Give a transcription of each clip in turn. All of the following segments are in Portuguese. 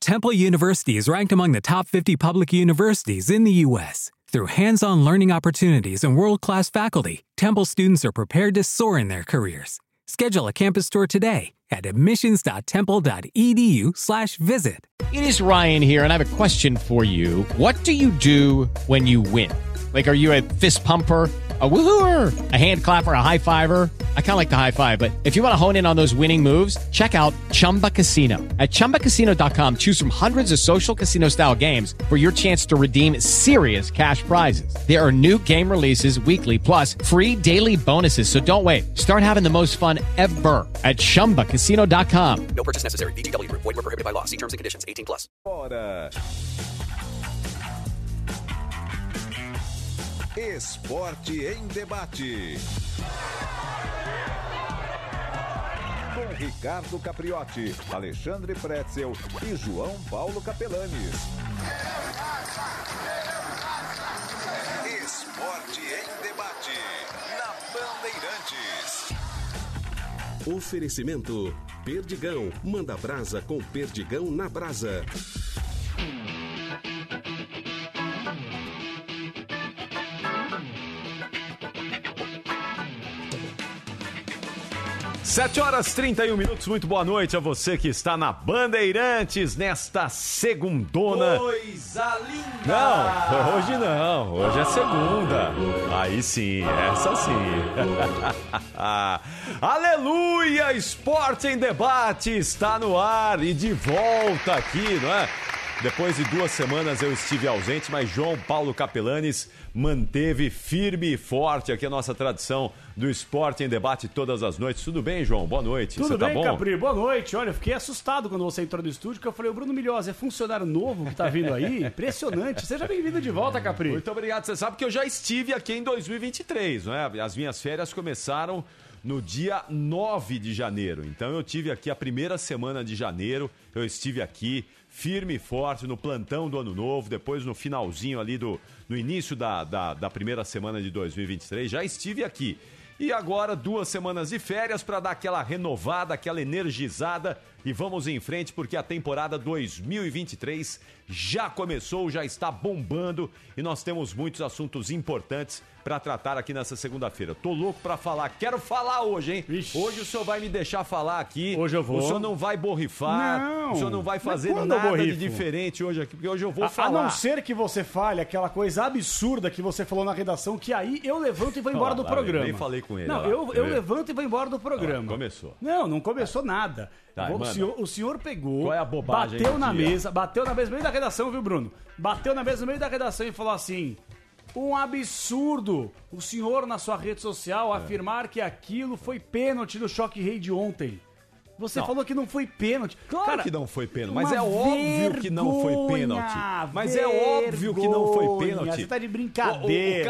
Temple University is ranked among the top 50 public universities in the U.S. Through hands-on learning opportunities and world-class faculty, Temple students are prepared to soar in their careers. Schedule a campus tour today at admissions.temple.edu/visit. It is Ryan here, and I have a question for you. What do you do when you win? Like, are you a fist pumper, a woohooer, a hand clapper, a high fiver? I kind of like the high five, but if you want to hone in on those winning moves, check out Chumba Casino. At ChumbaCasino.com, choose from hundreds of social casino-style games for your chance to redeem serious cash prizes. There are new game releases weekly, plus free daily bonuses. So don't wait. Start having the most fun ever at ChumbaCasino.com. No purchase necessary. VGW Group. Void where prohibited by law. See terms and conditions. 18+. Bora. Esporte em debate. Com Ricardo Capriotti, Alexandre Pretzel e João Paulo Capelanes. Esporte em debate. Na Bandeirantes. Oferecimento Perdigão. Manda brasa com Perdigão na brasa. Sete horas 31 minutos, muito boa noite a você que está na Bandeirantes nesta segundona. Coisa linda! Não, hoje é segunda. Aí sim, essa sim. Aleluia, Esporte em Debate está no ar e de volta aqui, não é? Depois de 2 semanas eu estive ausente, mas João Paulo Capelanes manteve firme e forte aqui a nossa tradição do Esporte em Debate todas as noites. Tudo bem, João? Boa noite. Tudo Você bem, tá bom? Capri? Boa noite. Olha, eu fiquei assustado quando você entrou no estúdio, que eu falei, o Bruno Milhosa é funcionário novo que tá vindo aí? Impressionante. Seja bem-vindo de volta, Capri. Muito obrigado. Você sabe que eu já estive aqui em 2023, não é? As minhas férias começaram no dia 9 de janeiro. Então eu tive aqui a primeira semana de janeiro, eu estive aqui firme e forte no plantão do Ano Novo, depois no finalzinho ali no início da primeira semana de 2023, já estive aqui. E agora 2 semanas de férias para dar aquela renovada, aquela energizada e vamos em frente porque a temporada 2023 já começou, já está bombando e nós temos muitos assuntos importantes para tratar aqui nessa segunda-feira. Tô louco para falar, quero falar hoje, hein? Ixi. Hoje o senhor vai me deixar falar aqui. Hoje eu vou. O senhor não vai borrifar, Não. o senhor não vai fazer Mas quando eu nada de borrifo? diferente hoje aqui, porque hoje eu vou falar. A não ser que você fale aquela coisa absurda que você falou na redação, que aí eu levanto e vou embora do programa. Nem falei com ele. Não, eu levanto e vou embora do programa. Começou. Não começou nada. Tá, O senhor pegou, qual é a bobagem bateu do na dia? mesa no meio da redação, viu, Bruno? Bateu na mesa no meio da redação e falou assim: um absurdo o senhor na sua rede social afirmar que aquilo foi pênalti no Choque Rei de ontem. Você falou que não foi pênalti. Claro Cara, que não foi pênalti, mas uma é óbvio que não foi pênalti. Mas é óbvio que não foi pênalti. Você tá de brincadeira.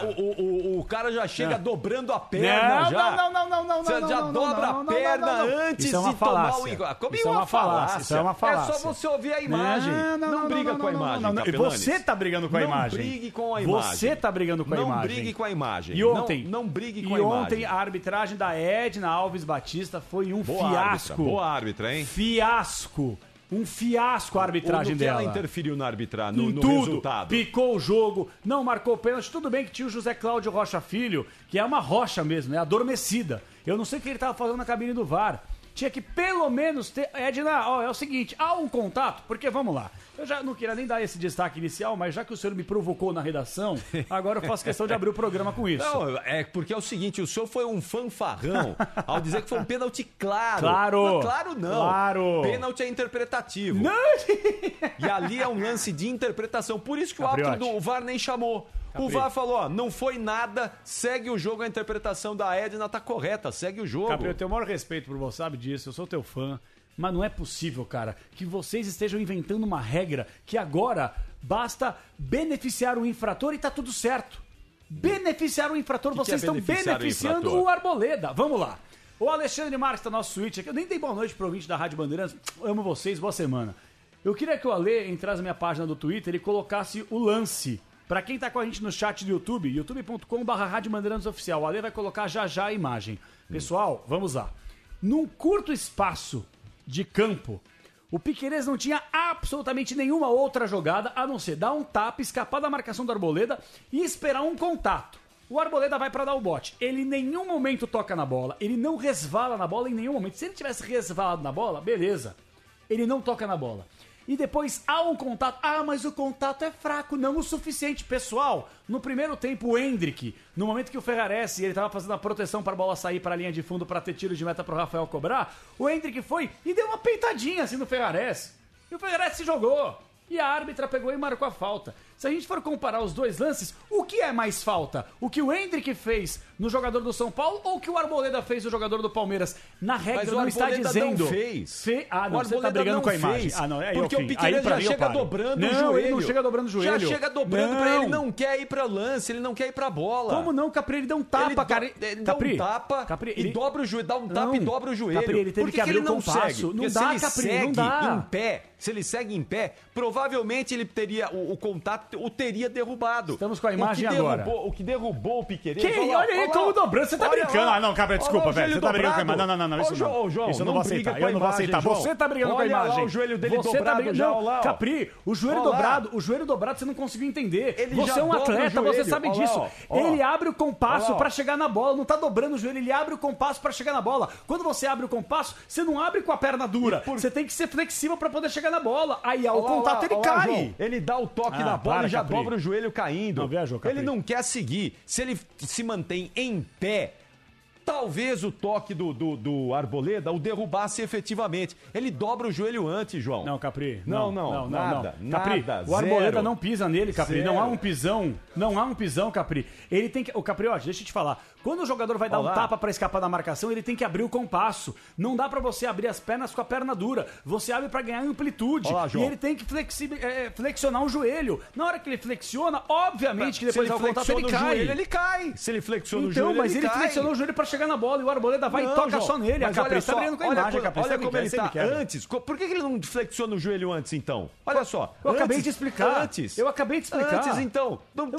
O cara já chega dobrando a perna já. Não. Você já dobra a perna antes Isso é uma de tomar falácia. o... Como Isso é uma falácia. Isso é uma falácia. É só você ouvir a imagem. Não briga com a imagem, não. Capelanes. Você tá brigando com a imagem. Não brigue com a imagem. Você tá brigando com a imagem. Não brigue com a imagem. E ontem, não brigue com a imagem. E ontem a arbitragem da Edna Alves Batista foi um fiasco. Boa árbitra, hein? Fiasco. Um fiasco a arbitragem dela. Ela interferiu na arbitragem, no tudo, resultado. Picou o jogo, não marcou pênalti. Tudo bem que tinha o José Cláudio Rocha Filho, que é uma rocha mesmo, é adormecida. Eu não sei o que ele estava fazendo na cabine do VAR. Tinha que pelo menos ter... Edna, ó, é o seguinte, há um contato, porque vamos lá. Eu já não queria nem dar esse destaque inicial, mas já que o senhor me provocou na redação, agora eu faço questão de abrir o programa com isso. Não, é porque é o seguinte, o senhor foi um fanfarrão ao dizer que foi um pênalti claro. Claro. Claro não. Claro. Pênalti é interpretativo. Não. E ali é um lance de interpretação. Por isso que o árbitro do VAR nem chamou. O VAR falou, ó, não foi nada, segue o jogo, a interpretação da Edna tá correta, segue o jogo. Capri, eu tenho o maior respeito por você, sabe disso, eu sou teu fã. Mas não é possível, cara, que vocês estejam inventando uma regra que agora basta beneficiar o infrator e tá tudo certo. Beneficiar o infrator, vocês estão beneficiando o Arboleda. Vamos lá. O Alexandre Marques tá no nosso suíte aqui. Eu nem dei boa noite pro ouvinte da Rádio Bandeirantes. Amo vocês, boa semana. Eu queria que o Ale entrasse na minha página do Twitter e colocasse o lance. Pra quem tá com a gente no chat do YouTube, youtube.com/Rádio Bandeirantes Oficial. O Ale vai colocar já a imagem. Pessoal, vamos lá. Num curto espaço de campo, O Piquerez não tinha absolutamente nenhuma outra jogada a não ser dar um tapa, escapar da marcação do Arboleda e esperar um contato. O Arboleda vai pra dar o bote. Ele em nenhum momento toca na bola. Ele não resvala na bola em nenhum momento. Se ele tivesse resvalado na bola, beleza. Ele não toca na bola. E depois há um contato. Ah, mas o contato é fraco, não o suficiente. Pessoal, no primeiro tempo o Endrick, no momento que o Ferraresi, ele tava fazendo a proteção para a bola sair para a linha de fundo para ter tiro de meta pro Rafael cobrar, o Endrick foi e deu uma peitadinha assim no Ferraresi. E o Ferraresi jogou. E a árbitra pegou e marcou a falta. Se a gente for comparar os dois lances, o que é mais falta? O que o Endrick fez no jogador do São Paulo ou o que o Arboleda fez no jogador do Palmeiras? Na regra não está dizendo... Não fez. Ah, não, você tá brigando com a imagem. Ah, não, é porque o Piquerez já chega dobrando o joelho. Não, ele não chega dobrando o joelho. Já chega dobrando pra ele, não quer ir pra lance, ele não quer ir pra bola. Como não, Capri? Ele deu um tapa, cara. Ele dá um tapa e dobra o joelho, dá um tapa e dobra o joelho. Capri, ele teve que abrir o compasso. Não dá, Capri, não dá. Em pé, se ele segue em pé, provavelmente ele teria o contato, o teria derrubado. Estamos com a imagem agora. O que derrubou o Piquerez... Olha aí como dobrando, você tá brincando. Ah, não, Capri, desculpa, velho. Você tá brigando com a imagem. Não, isso não. João, isso eu não vou aceitar. Eu não vou aceitar. Você tá brigando com a imagem. Olha o joelho dele dobrado já, olha lá. Capri, o joelho dobrado você não conseguiu entender. Você é um atleta, você sabe disso. Ele abre o compasso pra chegar na bola, não tá dobrando o joelho, ele abre o compasso pra chegar na bola. Quando você abre o compasso, você não abre com a perna dura. Você tem que ser flexível pra poder chegar na bola. Aí, ao contato, ele cai. Ele dá o toque na bola e já dobra o joelho caindo. Não viajou, Capri. Ele não quer seguir. Se ele se mantém em pé, talvez o toque do Arboleda o derrubasse efetivamente. Ele dobra o joelho antes, João. Não, Capri. Não, nada. Capri, o Arboleda não pisa nele, Capri. Zero. Não há um pisão, Capri. Ele tem que... O Capri, ó, deixa eu te falar. Quando o jogador vai dar um tapa pra escapar da marcação, ele tem que abrir o compasso. Não dá pra você abrir as pernas com a perna dura. Você abre pra ganhar amplitude. Olá, e ele tem que flexionar o joelho. Na hora que ele flexiona, obviamente que depois do contato ele cai. Joelho, ele cai. Se ele flexiona o joelho, então, mas ele flexionou o joelho pra chegar na bola e o Arboleda vai e toca João, só nele. A Capri tá brigando com a imagem, Capri. Olha como ele tá antes. Por que ele não flexiona o joelho antes, então? Olha só. Eu acabei de explicar. Eu acabei de explicar. Antes, então.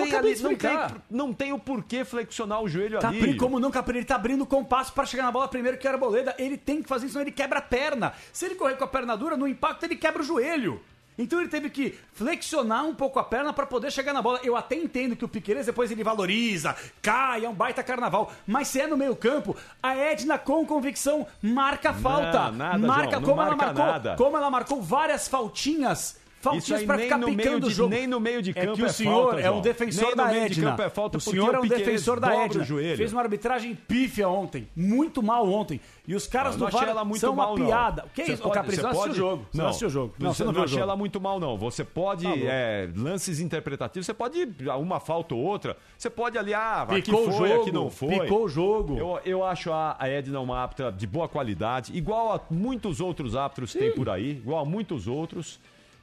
Não tem o porquê flexionar o joelho ali. Capri, como não, Capri? Ele tá abrindo o compasso pra chegar na bola primeiro que o Arboleda. Ele tem que fazer isso, senão ele quebra a perna. Se ele correr com a perna dura, no impacto ele quebra o joelho. Então ele teve que flexionar um pouco a perna pra poder chegar na bola. Eu até entendo que o Piquerez depois ele valoriza, cai, é um baita carnaval. Mas se é no meio campo, a Edna com convicção marca a falta. Marca, João, como ela marcou várias faltinhas pra ficar picando o jogo. Nem no meio de campo é que o senhor é um defensor da Edna. O senhor é um defensor da Edna. Fez uma arbitragem pífia ontem. Muito mal ontem. E os caras do VAR são uma piada. O que é isso? O Capri, você assistiu o jogo. Você não assistiu o jogo. Não, você não achei ela muito mal, não. Você pode, lances interpretativos, você pode, uma falta ou outra, você pode ali, aqui foi, aqui não foi. Picou o jogo. Eu acho a Edna uma árbitra de boa qualidade, igual a muitos outros árbitros que tem por aí, igual a muitos outros.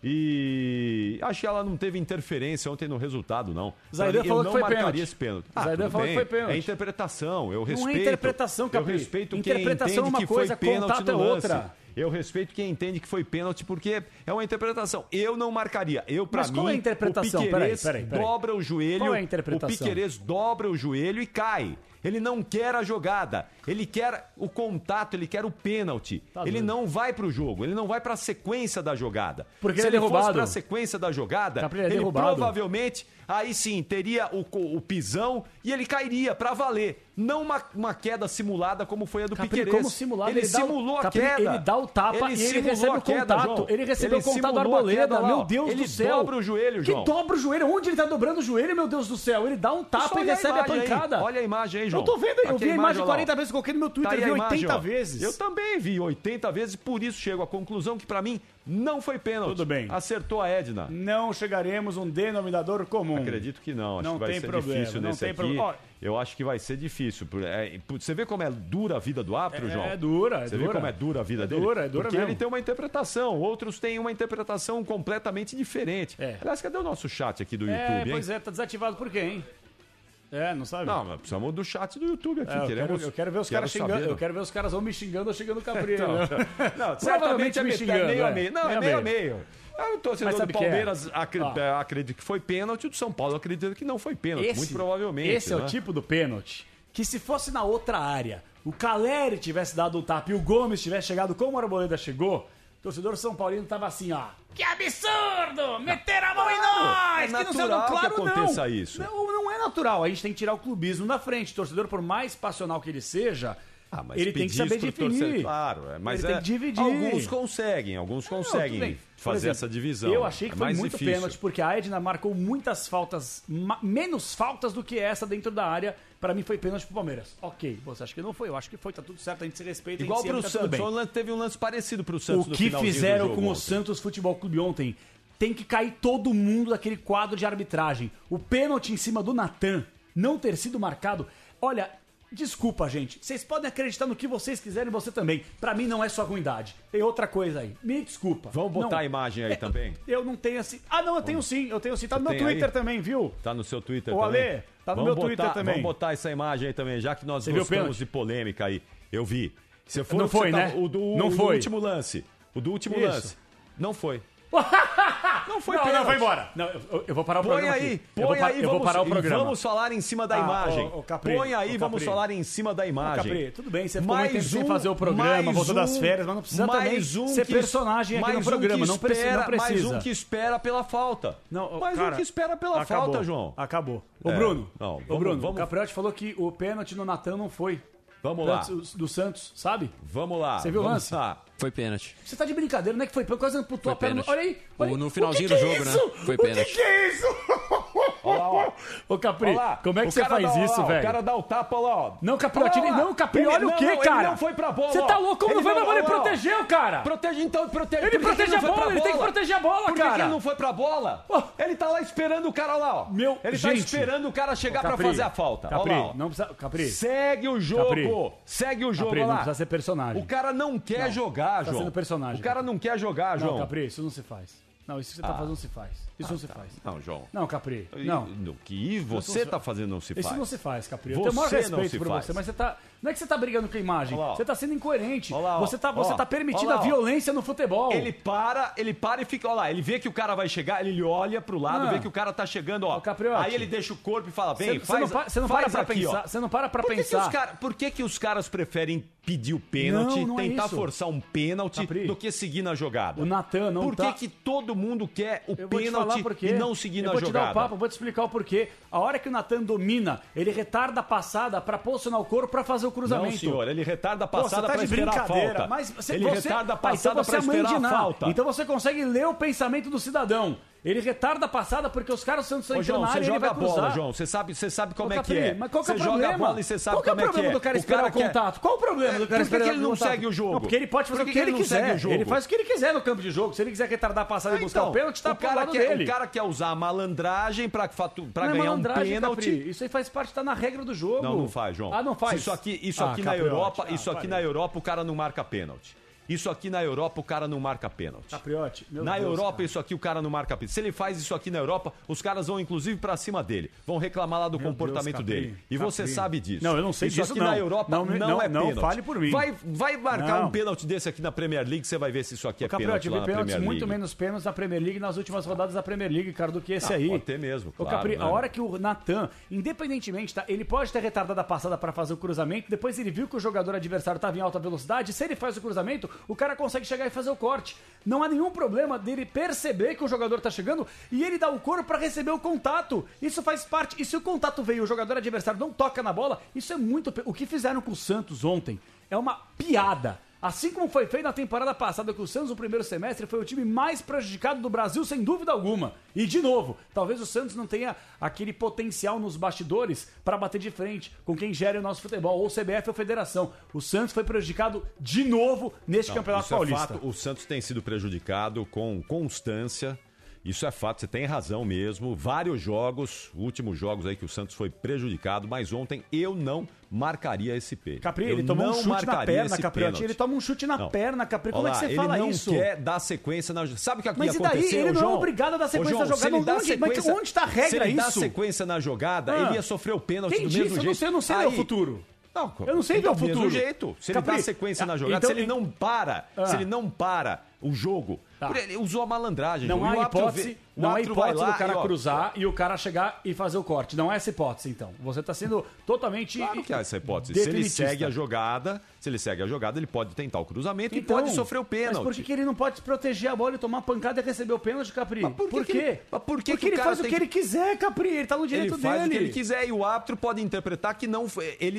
E acho que ela não teve interferência ontem no resultado, não. Zaidan falou que foi pênalti. Esse pênalti. Zaidan falou que foi pênalti. É interpretação, eu respeito. Não é interpretação, Capri. Eu respeito interpretação quem entende é uma coisa, que foi pênalti contato no é lance. outra. Eu respeito quem entende que foi pênalti porque é uma interpretação. Eu não marcaria. Pra mim, qual é a interpretação? O Piquerez dobra o joelho. Qual é a interpretação? O Piquerez dobra o joelho e cai. Ele não quer a jogada, ele quer o contato, ele quer o pênalti. Ele não vai pro jogo, ele não vai pra sequência da jogada. Porque se ele é fosse derrubado. pra sequência da jogada, Capri, ele derrubado. provavelmente, aí sim, teria o pisão e ele cairia pra valer. Não uma queda simulada como foi a do Capri, Piquerez. como simulado, ele simulou a Capri, queda. Ele dá o tapa e ele recebe o contato. Ele recebeu o contato do Arboleda, meu Deus do céu. Ele dobra o joelho, João. Que dobra o joelho? Onde ele tá dobrando o joelho, meu Deus do céu? Ele dá um tapa e recebe a pancada. Olha a imagem aí, João. Eu tô vendo, eu vi a imagem 40 vezes, coloquei no meu Twitter, vi 80 vezes. Eu também vi 80 vezes, por isso chego à conclusão que pra mim não foi pênalti. Tudo bem. Acertou a Edna. Não chegaremos a um denominador comum. Acredito que não. Acho não que vai tem ser problema, difícil não nesse tem aqui. problema. Eu acho que vai ser difícil. Você vê como é dura a vida do árbitro, João? É dura, Você vê como é dura a vida dele? É dura Porque mesmo. ele tem uma interpretação, outros têm uma interpretação completamente diferente. Aliás, cadê o nosso chat aqui do YouTube, hein? Pois é, tá desativado por quê, hein? Não sabe? Não, mas precisamos do chat do YouTube aqui. Eu quero ver os caras xingando. Eu quero ver os caras ou me xingando ou xingando o Capri. Não, certamente é meio a meio. Não, é meio a meio. O torcedor do Palmeiras acredita que foi pênalti, o do São Paulo acredita que não foi pênalti, muito provavelmente. Esse é o tipo do pênalti que, se fosse na outra área, o Caleri tivesse dado um tapa e o Gomes tivesse chegado como o Arboleda chegou, O torcedor São Paulino tava assim, ó. Que absurdo! Meter a mão em nós! É natural que aconteça não. isso. Não é natural. A gente tem que tirar o clubismo da frente. O torcedor, por mais passional que ele seja, mas ele tem que saber definir. Claro, mas ele tem que dividir. Alguns conseguem tudo bem. fazer essa divisão. Eu achei que foi mais muito difícil. pênalti, porque a Edna marcou muitas faltas, menos faltas do que essa dentro da área. Pra mim foi pênalti pro Palmeiras. Ok, você acha que não foi? Eu acho que foi, tá tudo certo, a gente se respeita. Igual pro Santos, teve um lance parecido pro Santos no finalzinho do jogo. O que fizeram com o Santos Futebol Clube ontem, tem que cair todo mundo daquele quadro de arbitragem. O pênalti em cima do Natan não ter sido marcado, olha... Desculpa, gente. Vocês podem acreditar no que vocês quiserem, você também. Pra mim não é só ruindade. Tem outra coisa aí. Me desculpa. Vamos botar a imagem aí também? Eu não tenho assim... Ah, não, eu tenho sim. Tá no meu Twitter aí? Também, viu? Tá no seu Twitter também? O Ale, tá no meu Twitter também. Vamos botar essa imagem aí também, já que nós gostamos de polêmica aí. Eu vi. Se for não foi, né? Não foi. O último lance. O do último lance. Não foi. Não foi pênalti. Não, vai embora. Não, eu vou parar o programa aqui. Eu vou parar o programa. Vamos falar em cima da imagem. Põe aí, vamos falar em cima da imagem. Capri, tudo bem, você ficou muito tempo sem fazer o programa, voltou das férias, mas não precisa também ser personagem aqui no programa. Não precisa. Mais um que espera pela falta. Um que espera pela falta, João. Acabou. Ô, Bruno. O Capriotti falou que o pênalti no Natan não foi. Vamos lá. Do Santos, sabe? Vamos lá. Você viu o lance? Foi pênalti. Você tá de brincadeira, não é que foi? Quase amputou a perna. Olha aí. No finalzinho do jogo, né? Foi pênalti. O que é isso? Olha lá, ó. Ô, Capri, como é que você faz isso, velho? O cara dá o tapa lá, ó. Não, Capriotti, não, Capri, olha o quê, cara? Ele não foi pra bola. Você tá louco? Como não foi pra bola? Ele protegeu, cara. Ele protege a bola, ele tem que proteger a bola, cara. Por que ele não foi pra bola? Ele tá lá esperando o cara lá, ó. Ele tá esperando o cara chegar pra fazer a falta. Capri, não precisa... Capri. Segue o jogo. Segue o jogo, Capri, lá. não precisa ser personagem. O cara não quer jogar, João. Tá sendo personagem. O cara não quer jogar, João. Não, Capri, isso não se faz. Não, isso que você tá fazendo não se faz. Isso não se faz. Não, João. Não, Capri. Não. O que você tá fazendo não se faz. Isso não se faz, Capri. Eu tenho o maior respeito por você, mas você tá... Não é que você tá brigando com a imagem. Você tá sendo incoerente. Você tá permitindo a violência no futebol. Ele para e fica... Olha lá, ele vê que o cara vai chegar, ele olha pro lado, vê que o cara tá chegando, ó. Aí ele deixa o corpo e fala, vem, você não para pra pensar. Você não para pra pensar. Por que os caras preferem pedir o pênalti, tentar forçar um pênalti, do que seguir na jogada? O Natan não tá... Por que todo mundo quer o pênalti e não seguir na jogada? Eu vou te dar o papo, vou te explicar o porquê. A hora que o Natan domina, ele retarda a passada pra posicionar o corpo pra fazer o cruzamento. Não, senhor, ele retarda a passada pra esperar a falta. Mas ele retarda a passada pra esperar a falta. Então você consegue ler o pensamento do cidadão. Ele retarda a passada porque os caras estão entrando na área e ele vai cruzar. Você joga a bola, João. Você sabe como é que é. Mas qual que é o problema? Você joga a bola e você sabe como é que é. Qual que é o problema do cara esperar o contato? Qual o problema do cara esperar o contato? Por que ele não segue o jogo? Não, porque ele pode fazer o que ele quiser. Ele faz o que ele quiser no campo de jogo. Se ele quiser retardar a passada e buscar o pênalti, tá pro lado dele. O cara quer usar a malandragem pra ganhar um pênalti. Isso aí faz parte, tá na regra do jogo. Não faz, João. Ah, não faz? Isso aqui na Europa, o cara não marca pênalti. Isso aqui na Europa, o cara não marca pênalti. Capriotti, meu Na Deus, Europa, cara. isso aqui, o cara não marca pênalti. Se ele faz isso aqui na Europa, os caras vão, inclusive, pra cima dele. Vão reclamar lá do comportamento dele. E você sabe disso. Não, eu não sei disso, Isso aqui na Europa não é pênalti. Não fale por mim. Vai marcar um pênalti desse aqui na Premier League, você vai ver se isso aqui é pênalti lá na Premier League. Muito menos pênaltis na Premier League nas últimas rodadas da Premier League, cara, do que esse aí. Pode ter mesmo, claro. Capri, a hora que o Natan, independentemente, tá, ele pode ter retardado a passada pra fazer o cruzamento, depois ele viu que o jogador adversário tava em alta velocidade, se ele faz o cruzamento, o cara consegue chegar e fazer o corte. Não há nenhum problema dele perceber que o jogador tá chegando e ele dá o corpo pra receber o contato. Isso faz parte. E se o contato veio e o jogador adversário não toca na bola, isso é muito... O que fizeram com o Santos ontem é uma piada. Assim como foi feito na temporada passada com o Santos no primeiro semestre, foi o time mais prejudicado do Brasil, sem dúvida alguma. E, de novo, talvez o Santos não tenha aquele potencial nos bastidores para bater de frente com quem gera o nosso futebol, ou CBF ou Federação. O Santos foi prejudicado de novo neste Campeonato Paulista. Fato, o Santos tem sido prejudicado com constância. Isso é fato, você tem razão mesmo. Vários jogos, últimos jogos aí que o Santos foi prejudicado, mas ontem eu não marcaria esse pênalti. Capri, ele tomou um chute na perna, Capri. Ele toma um chute na perna, Capri. Como é que você fala isso? Ele não quer dar sequência na jogada. Sabe o que mas ia acontecer, Ele não João? é obrigado a dar sequência na jogada. Onde está a regra isso? Se ele dá sequência na jogada, ele ia sofrer o pênalti do mesmo jeito. Eu não sei ver o futuro. Não, eu não sei ver o futuro. Do mesmo jeito. Se ele dá sequência na jogada, se ele não para o jogo, Tá. Ele usou a malandragem. Não João. E há o árbitro hipótese, o não há árbitro vai hipótese lá do cara e, ó, cruzar e o cara chegar e fazer o corte. Não é essa hipótese, então. Você tá sendo totalmente... Claro que há essa hipótese. Se ele definitista. segue a jogada, ele pode tentar o cruzamento Então, e pode sofrer o pênalti. Mas por que ele não pode proteger a bola e tomar pancada e receber o pênalti, Capri? Mas por quê? Mas por que Porque ele o cara faz o que ele quiser, Capri. Ele tá no direito Ele faz dele. o que ele quiser e o árbitro pode interpretar que ele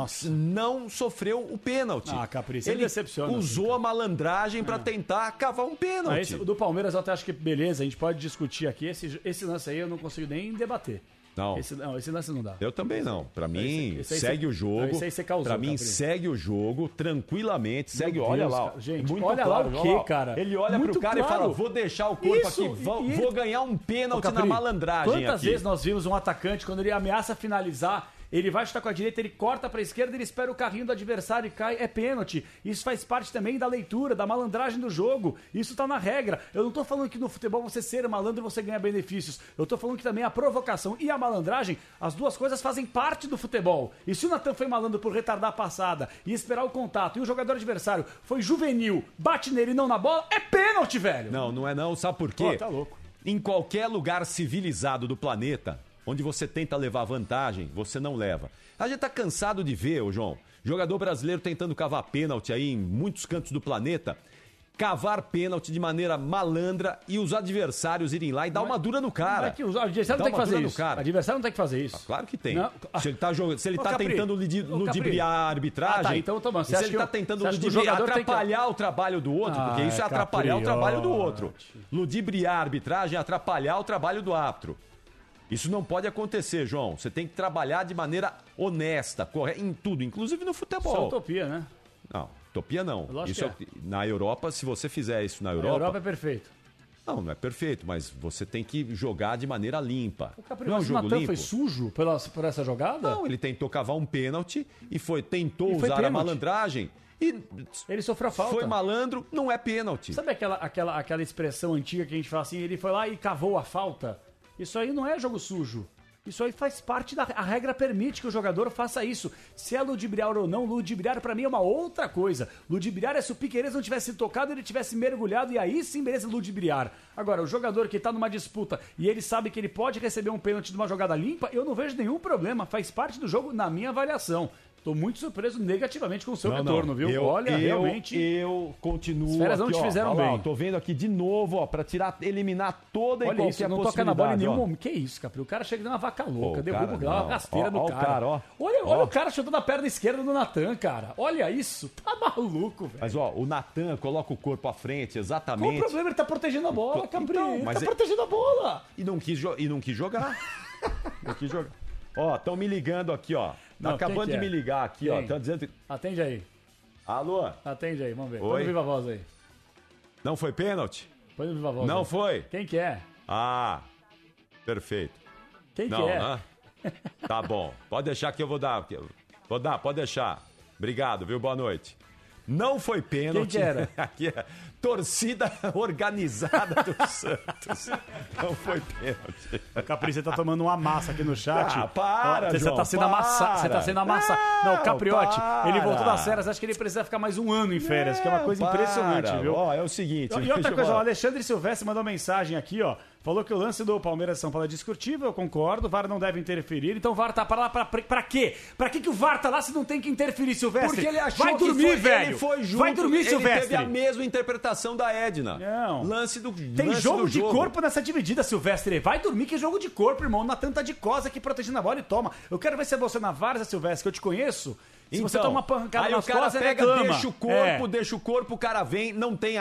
não sofreu o pênalti. Ah, Capri, você me ele decepciona, usou assim, a malandragem pra tentar cavar um pênalti. Esse, o do Palmeiras eu até acho que beleza, a gente pode discutir aqui. Esse lance aí eu não consigo nem debater. Não. Esse lance não dá. Eu também não. Pra mim, Esse aí segue você- o jogo. esse aí você causou, Pra mim, Capri. segue o jogo tranquilamente. Segue, Meu olha Deus, lá. ó. cara. Gente, Muito olha claro, lá o olha quê, lá. cara? Ele olha Muito pro cara e claro. fala: vou deixar o corpo Isso, aqui, e vou ganhar um pênalti Ô, na Capri, malandragem Quantas aqui. vezes nós vimos um atacante, quando ele ameaça finalizar, ele vai chutar com a direita, ele corta pra esquerda, ele espera o carrinho do adversário e cai, é pênalti. Isso faz parte também da leitura, da malandragem do jogo. Isso tá na regra. Eu não tô falando que no futebol você ser malandro e você ganha benefícios. Eu tô falando que também a provocação e a malandragem, as duas coisas fazem parte do futebol. E se o Natan foi malandro por retardar a passada e esperar o contato, e o jogador adversário foi juvenil, bate nele e não na bola, é pênalti, velho! Não é não. Sabe por quê? Pô, tá louco. Em qualquer lugar civilizado do planeta, onde você tenta levar vantagem, você não leva. A gente tá cansado de ver, ô João, jogador brasileiro tentando cavar pênalti aí em muitos cantos do planeta, cavar pênalti de maneira malandra e os adversários irem lá e dar uma dura no cara. Não é que o adversário Dá não tem que uma fazer dura no isso. cara. O adversário não tem que fazer isso. Claro que tem. Não. Se ele Ô, tá Capri, tentando ô, ludibriar a arbitragem. Ah, tá, então tá bom. Você se acha ele que tá o- tentando você acha que o ludibriar, jogador tem que- atrapalhar o trabalho do outro, porque isso é atrapalhar o trabalho do outro. Capriote. Ludibriar a arbitragem é atrapalhar o trabalho do árbitro. Isso não pode acontecer, João. Você tem que trabalhar de maneira honesta, correta, em tudo, inclusive no Isso é futebol. utopia, né? Não, utopia não. Lógico Isso que na Europa, se você fizer isso na A Europa, Europa é perfeito. não é perfeito, mas você tem que jogar de maneira limpa. O Capri, não é um mas o jogo Natan limpo. foi sujo por essa jogada? Não, ele tentou cavar um pênalti e tentou E foi usar a pênalti. malandragem e Ele sofreu a falta. foi malandro, não é pênalti. Sabe aquela expressão antiga que a gente fala assim, ele foi lá e cavou a falta? Isso aí não é jogo sujo. Isso aí faz parte da... A regra permite que o jogador faça isso. Se é ludibriar ou não, ludibriar pra mim é uma outra coisa. Ludibriar é se o Piquerez não tivesse tocado, ele tivesse mergulhado e aí sim beleza ludibriar. Agora, o jogador que tá numa disputa e ele sabe que ele pode receber um pênalti de uma jogada limpa, eu não vejo nenhum problema. Faz parte do jogo na minha avaliação. Tô muito surpreso negativamente com o seu retorno, viu? Olha, realmente... Eu continuo As férias não aqui, te ó, fizeram olha lá, bem. ó, tô vendo aqui de novo, ó, pra eliminar toda e Olha qualquer isso, não toca na bola em possibilidade, nenhum ó. momento. Que isso, Capri? O cara chega dando uma vaca louca, o derruba cara, uma não. rasteira Ó, no ó o cara. cara, ó. Olha Ó. o cara chutando a perna esquerda do Natan, cara. Olha isso, tá maluco, velho. Mas ó, o Natan coloca o corpo à frente, Qual o exatamente. problema? Ele tá protegendo a bola, Capri. Então, Ele mas tá é- protegendo a bola. E não quis jogar. Não quis jogar. Ó, estão me ligando aqui, ó. Tá Não, quem acabando que de é? me ligar aqui, ó. Quem? Estão dizendo. Atende aí, Alô? atende aí, vamos ver. Oi? Põe no Viva Voz aí. Não foi pênalti? Põe no Viva Voz Não aí. foi? Quem que é? Ah, perfeito. Quem Não, que é? né? Tá bom. Pode deixar que eu vou dar. Pode deixar. Obrigado, viu? Boa noite. Não foi pênalti. Quem que era? Aqui é torcida organizada do Santos. Não foi pênalti. Capri, você tá tomando uma massa aqui no chat. Ah, para, Você João, tá sendo para. amassado. Você tá sendo amassado. Não, o Capriotti, para. ele voltou das férias. Acho que ele precisa ficar mais um ano em férias, que é uma coisa impressionante, viu? Ó, é o seguinte. E outra deixa eu coisa, o falar. Alexandre Silvestre mandou mensagem aqui, ó. Falou que o lance do Palmeiras e São Paulo é discutível, eu concordo. O VAR não deve interferir. Então o VAR tá pra lá pra quê? Pra que o VAR tá lá se não tem que interferir, Silvestre? Porque ele achou Vai que dormir, foi, velho. ele foi junto, Vai dormir, ele Silvestre. teve a mesma interpretação da Edna. Não. Lance do Tem lance jogo do de corpo nessa dividida, Silvestre. Vai dormir que é jogo de corpo, irmão. Na tanta de cosa aqui protegendo a bola e toma. Eu quero ver se é você na Várzea, Silvestre, que eu te conheço. Se você toma uma pancada aí nas o cara costas, pega, reclama. deixa o corpo, o cara vem, não tem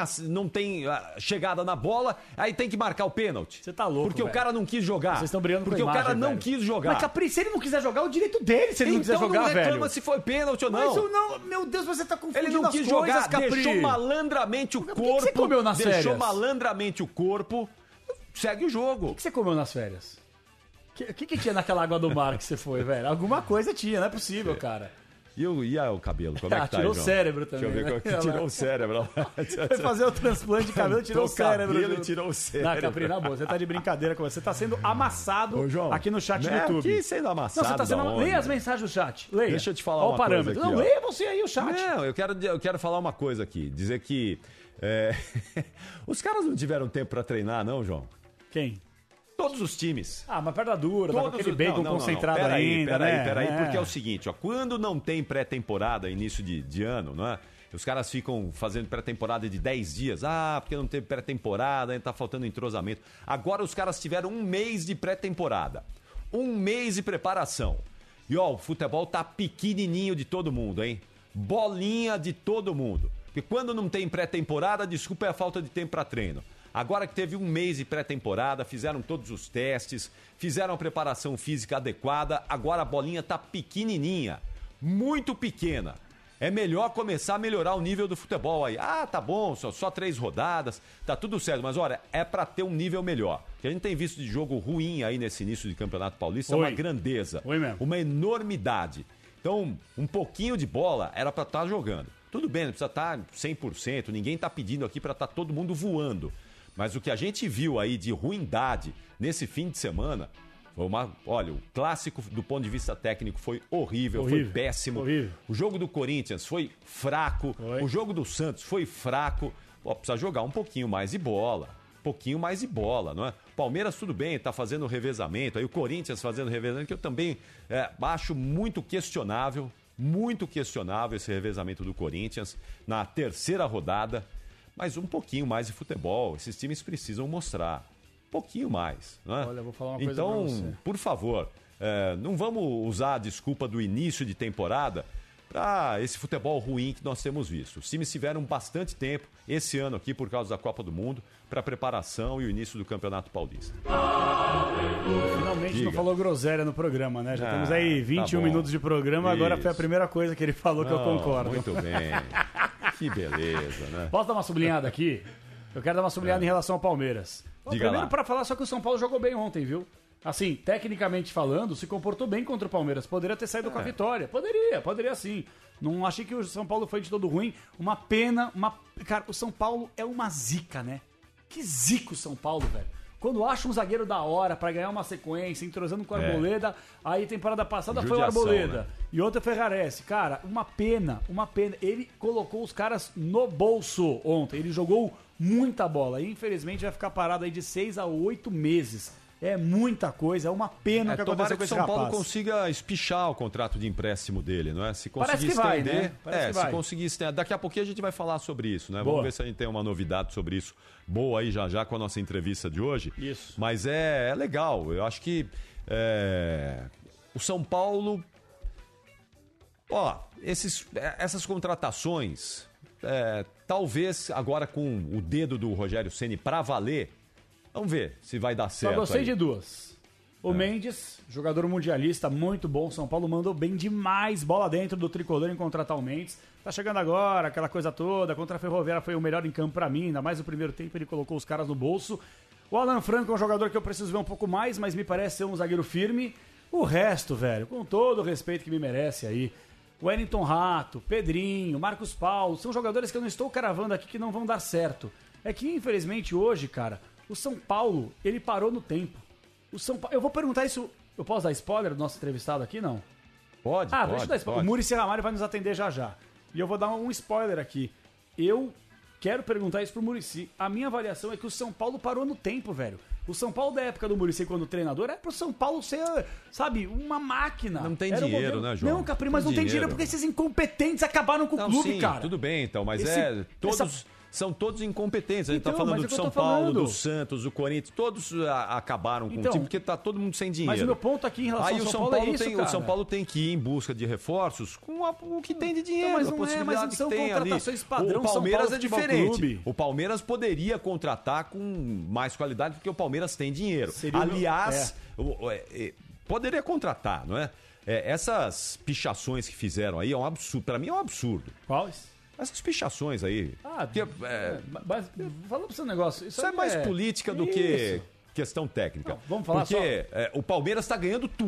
chegada na bola, aí tem que marcar o pênalti. Você tá louco, Porque velho. o cara não quis jogar. Vocês estão brigando com Porque a imagem, o cara não velho. quis jogar. Mas, Capri, se ele não quiser jogar, é o direito dele se ele não quiser Então jogar, não reclama velho. se foi pênalti ou não. Mas eu não... Meu Deus, você tá confundindo Ele não as quis coisas, jogar, Capri. deixou malandramente o corpo. que você comeu nas deixou férias? malandramente o corpo. Segue o jogo. O que você comeu nas férias? O que tinha naquela água do mar que você foi, velho? Alguma coisa tinha, não é possível, cara. E o cabelo, como é que tá, tirou o João? cérebro também. Deixa eu ver como é que tirou o cérebro. Foi fazer o transplante de cabelo, tirou o cérebro. Cabelo e tirou o cérebro. Não, Capri, na boa, você tá de brincadeira com você. Tá sendo amassado Ô, João, aqui no chat do não é YouTube. aqui sendo amassado Não, você tá sendo da onde? Leia as mensagens do chat. Leia. Deixa eu te falar Olha uma o parâmetro. coisa aqui, Não, ó. leia você aí o chat. Não, eu quero falar uma coisa aqui. Dizer que os caras não tiveram tempo pra treinar, não, João? Quem? Todos os times. Ah, mas perda dura, tá com aquele bacon Não, concentrado peraí, ainda, né? Peraí, porque é o seguinte, ó, quando não tem pré-temporada, início de ano, não é? Os caras ficam fazendo pré-temporada de 10 dias. Ah, porque não teve pré-temporada, ainda tá faltando entrosamento. Agora os caras tiveram um mês de pré-temporada. Um mês de preparação. E ó, o futebol tá pequenininho de todo mundo, hein? Bolinha de todo mundo. Porque quando não tem pré-temporada, desculpa é a falta de tempo para treino. Agora que teve um mês de pré-temporada, fizeram todos os testes, fizeram a preparação física adequada, agora a bolinha tá pequenininha, muito pequena. É melhor começar a melhorar o nível do futebol aí. Ah, tá bom, só 3 rodadas, tá tudo certo. Mas olha, é pra ter um nível melhor. O que a gente tem visto de jogo ruim aí nesse início de Campeonato Paulista é uma grandeza, uma enormidade. Então, um pouquinho de bola era pra estar jogando. Tudo bem, não precisa estar 100%, ninguém tá pedindo aqui pra estar todo mundo voando. Mas o que a gente viu aí de ruindade nesse fim de semana foi olha, o clássico do ponto de vista técnico foi horrível. Foi péssimo. Horrível. O jogo do Corinthians foi fraco. O jogo do Santos foi fraco. Pô, precisa jogar um pouquinho mais de bola. Não é? Palmeiras, tudo bem, tá fazendo revezamento. Aí o Corinthians fazendo revezamento, que eu também acho muito questionável esse revezamento do Corinthians na terceira rodada. Mas um pouquinho mais de futebol, esses times precisam mostrar. Um pouquinho mais. Não é? Olha, eu vou falar uma coisa então, pra você. por favor, não vamos usar a desculpa do início de temporada para esse futebol ruim que nós temos visto. Os times tiveram bastante tempo, esse ano aqui, por causa da Copa do Mundo, para preparação e o início do Campeonato Paulista. Finalmente não falou groselha no programa, né? Já temos aí 21 minutos de programa, agora foi a primeira coisa que ele falou que eu concordo. Muito bem. Que beleza, né? Posso dar uma sublinhada aqui? Eu quero dar uma sublinhada em relação ao Palmeiras. Primeiro para falar só que o São Paulo jogou bem ontem, viu? Assim, tecnicamente falando, se comportou bem contra o Palmeiras. Poderia ter saído com a vitória. Poderia sim. Não achei que o São Paulo foi de todo ruim. Uma pena, Cara, o São Paulo é uma zica, né? Que zica o São Paulo, velho. Quando acha um zagueiro da hora pra ganhar uma sequência, entrosando com o Arboleda, aí temporada passada foi o Arboleda. Né? E outra Ferrarese. Cara, uma pena. Ele colocou os caras no bolso ontem. Ele jogou muita bola. E infelizmente vai ficar parado aí de 6 a 8 meses. É muita coisa, é uma pena que aconteceu com esse rapaz. São Paulo consiga espichar o contrato de empréstimo dele, não é? Se conseguir Parece que vai, estender, né? Parece que vai. Se conseguir estender. Daqui a pouquinho a gente vai falar sobre isso, né? Vamos ver se a gente tem uma novidade sobre isso boa aí já com a nossa entrevista de hoje. Isso. Mas é legal, eu acho que o São Paulo... essas contratações, talvez agora com o dedo do Rogério Ceni pra valer, vamos ver se vai dar certo. Só gostei aí. de duas. O Mendes, jogador mundialista, muito bom. São Paulo mandou bem demais. Bola dentro do tricolor em contratar o Mendes. Tá chegando agora, aquela coisa toda. Contra a Ferroviária foi o melhor em campo pra mim. Ainda mais no primeiro tempo ele colocou os caras no bolso. O Alan Franco é um jogador que eu preciso ver um pouco mais, mas me parece ser um zagueiro firme. O resto, velho, com todo o respeito que me merece aí. Wellington Rato, Pedrinho, Marcos Paulo. São jogadores que eu não estou cravando aqui que não vão dar certo. É que, infelizmente, hoje, cara... O São Paulo, ele parou no tempo. O São Paulo, eu vou perguntar isso... Eu posso dar spoiler do nosso entrevistado aqui, não? Pode, deixa eu dar spoiler. O Muricy Ramalho vai nos atender já. E eu vou dar um spoiler aqui. Eu quero perguntar isso pro Muricy. A minha avaliação é que o São Paulo parou no tempo, velho. O São Paulo da época do Muricy quando treinador era pro São Paulo ser, sabe, uma máquina. Não tem dinheiro, né, João? Não, Capri, mas não tem dinheiro porque esses incompetentes acabaram com o clube, sim, cara. Tudo bem, então, mas são todos incompetentes. A gente tá falando do São Paulo, do Santos, do Corinthians, todos acabaram com o time, porque tá todo mundo sem dinheiro. Mas o meu ponto aqui em relação ao São Paulo é isso, cara. O São Paulo tem que ir em busca de reforços com o que tem de dinheiro, mas a possibilidade mas não que tem ali. Contratações padrão, o Palmeiras São Paulo, é diferente. Clube. O Palmeiras poderia contratar com mais qualidade, porque o Palmeiras tem dinheiro. Aliás, poderia contratar, não é? Essas pichações que fizeram aí é um absurdo. Pra mim é um absurdo. Quais? Essas pichações aí. Mas fala pro seu negócio. Isso é mais política do que questão técnica. Não, vamos falar porque o Palmeiras está ganhando tudo.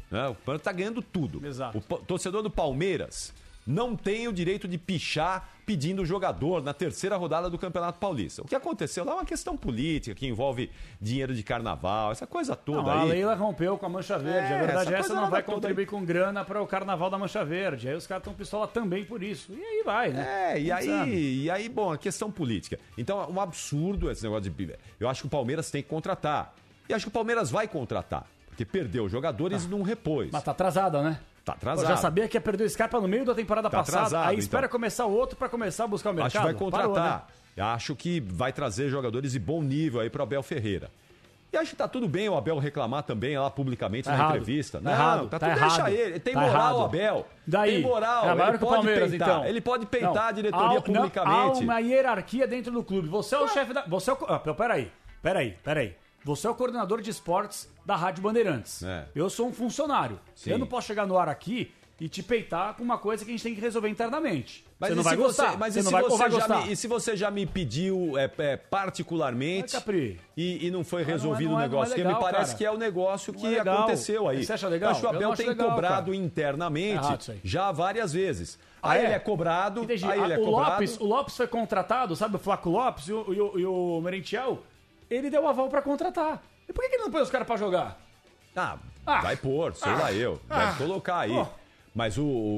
Né? O Palmeiras tá ganhando tudo. Exato. O torcedor do Palmeiras não tem o direito de pichar pedindo o jogador na terceira rodada do Campeonato Paulista. O que aconteceu lá é uma questão política que envolve dinheiro de carnaval, essa coisa toda Não, a aí. Leila rompeu com a Mancha Verde. A verdade essa essa coisa não vai toda contribuir com grana para o carnaval da Mancha Verde. Aí os caras estão pistola também por isso. E aí vai, né? E aí, bom, a questão política. Então, é um absurdo esse negócio de... Eu acho que o Palmeiras tem que contratar. E acho que o Palmeiras vai contratar. Porque perdeu jogadores e não repôs. Mas tá atrasada, né? Tá Eu atrasado. já sabia que ia perder o Scarpa no meio da temporada Tá passada. atrasado, Aí espera então. começar o outro para começar a buscar o mercado. Acho que vai contratar. Parou, né? Acho que vai trazer jogadores de bom nível aí pro Abel Ferreira. E acho que tá tudo bem o Abel reclamar também lá publicamente Tá na errado. entrevista. Tá Não, errado. tá tá tudo, errado. deixa ele. Tem Tá moral, errado. Abel. Daí, Tem moral. é maior Ele que o pode Palmeiras, peitar. então. Ele pode peitar Não, a diretoria publicamente. Há uma hierarquia dentro do clube. Você é o chefe da... Você é o... Peraí. Você é o coordenador de esportes da Rádio Bandeirantes. É. Eu sou um funcionário. Sim. Eu não posso chegar no ar aqui e te peitar com uma coisa que a gente tem que resolver internamente. Mas você não e vai se gostar. Mas você e não se vai, ou você vai já gostar. me, e se você já me pediu particularmente Vai, Capri. e não foi Mas resolvido não é o negócio? legal, porque me parece cara. que é o negócio Não que é legal. aconteceu aí. Você acha legal? Acho que o Eu Abel não acho tem legal, cobrado cara. internamente Errado isso aí. já várias vezes. Ah, Aí é? ele é cobrado, Entendi. aí ele é o cobrado. Lopes foi contratado, sabe? O Flaco Lopes e o Merentiel. Ele deu aval pra contratar. E por que ele não põe os caras pra jogar? Vai pôr, sei lá eu. Deve colocar aí. Mas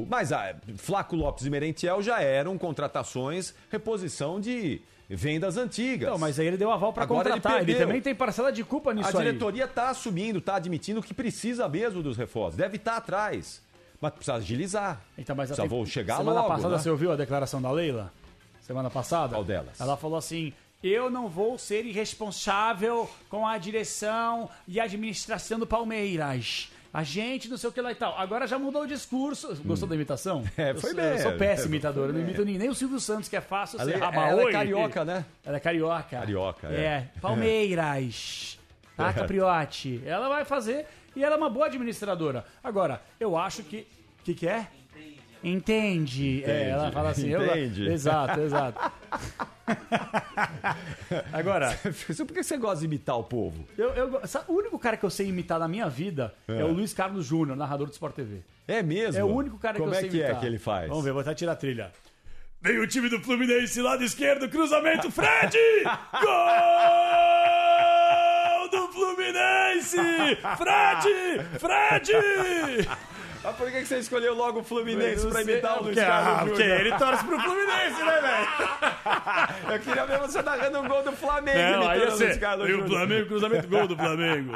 Flaco Lopes e Merentiel já eram contratações, reposição de vendas antigas. Não, mas aí ele deu aval pra Agora contratar. Ele perdeu. também tem parcela de culpa nisso A aí. diretoria está assumindo, está admitindo que precisa mesmo dos reforços. Deve estar atrás. Mas precisa agilizar. Então, mas Precisa vou chegar semana logo, passada né? você ouviu a declaração da Leila? Semana passada? Qual delas? Ela falou assim: eu não vou ser irresponsável com a direção e a administração do Palmeiras. A gente não sei o que lá e tal. Agora já mudou o discurso. Gostou da imitação? Foi Eu bem. sou péssimo imitador. Eu não imito nem o Silvio Santos, que é fácil você Ela rabar é oi. carioca, né? Ela é carioca. Carioca, Palmeiras. Tá, Capriotti? Ela vai fazer e ela é uma boa administradora. Agora, eu acho que... O que é? Entende. Ela fala assim... Entende. Exato. Agora... Por que você gosta de imitar o povo? Sabe, o único cara que eu sei imitar na minha vida é o Luiz Carlos Júnior, narrador do Sport TV. É mesmo? É o único cara que eu sei imitar. Como é que ele faz? Vamos ver, vou até tirar a trilha. Vem o time do Fluminense, lado esquerdo, cruzamento, Fred! Gol do Fluminense! Fred! Mas por que você escolheu logo o Fluminense pra imitar o Luiz Porque Carlos Júnior? ele torce pro Fluminense, né, velho? Eu queria ver você narrando um gol do Flamengo Não, aí ia imitando o Luiz ser. Carlos E o Júnior. Flamengo, cruzamento, gol do Flamengo.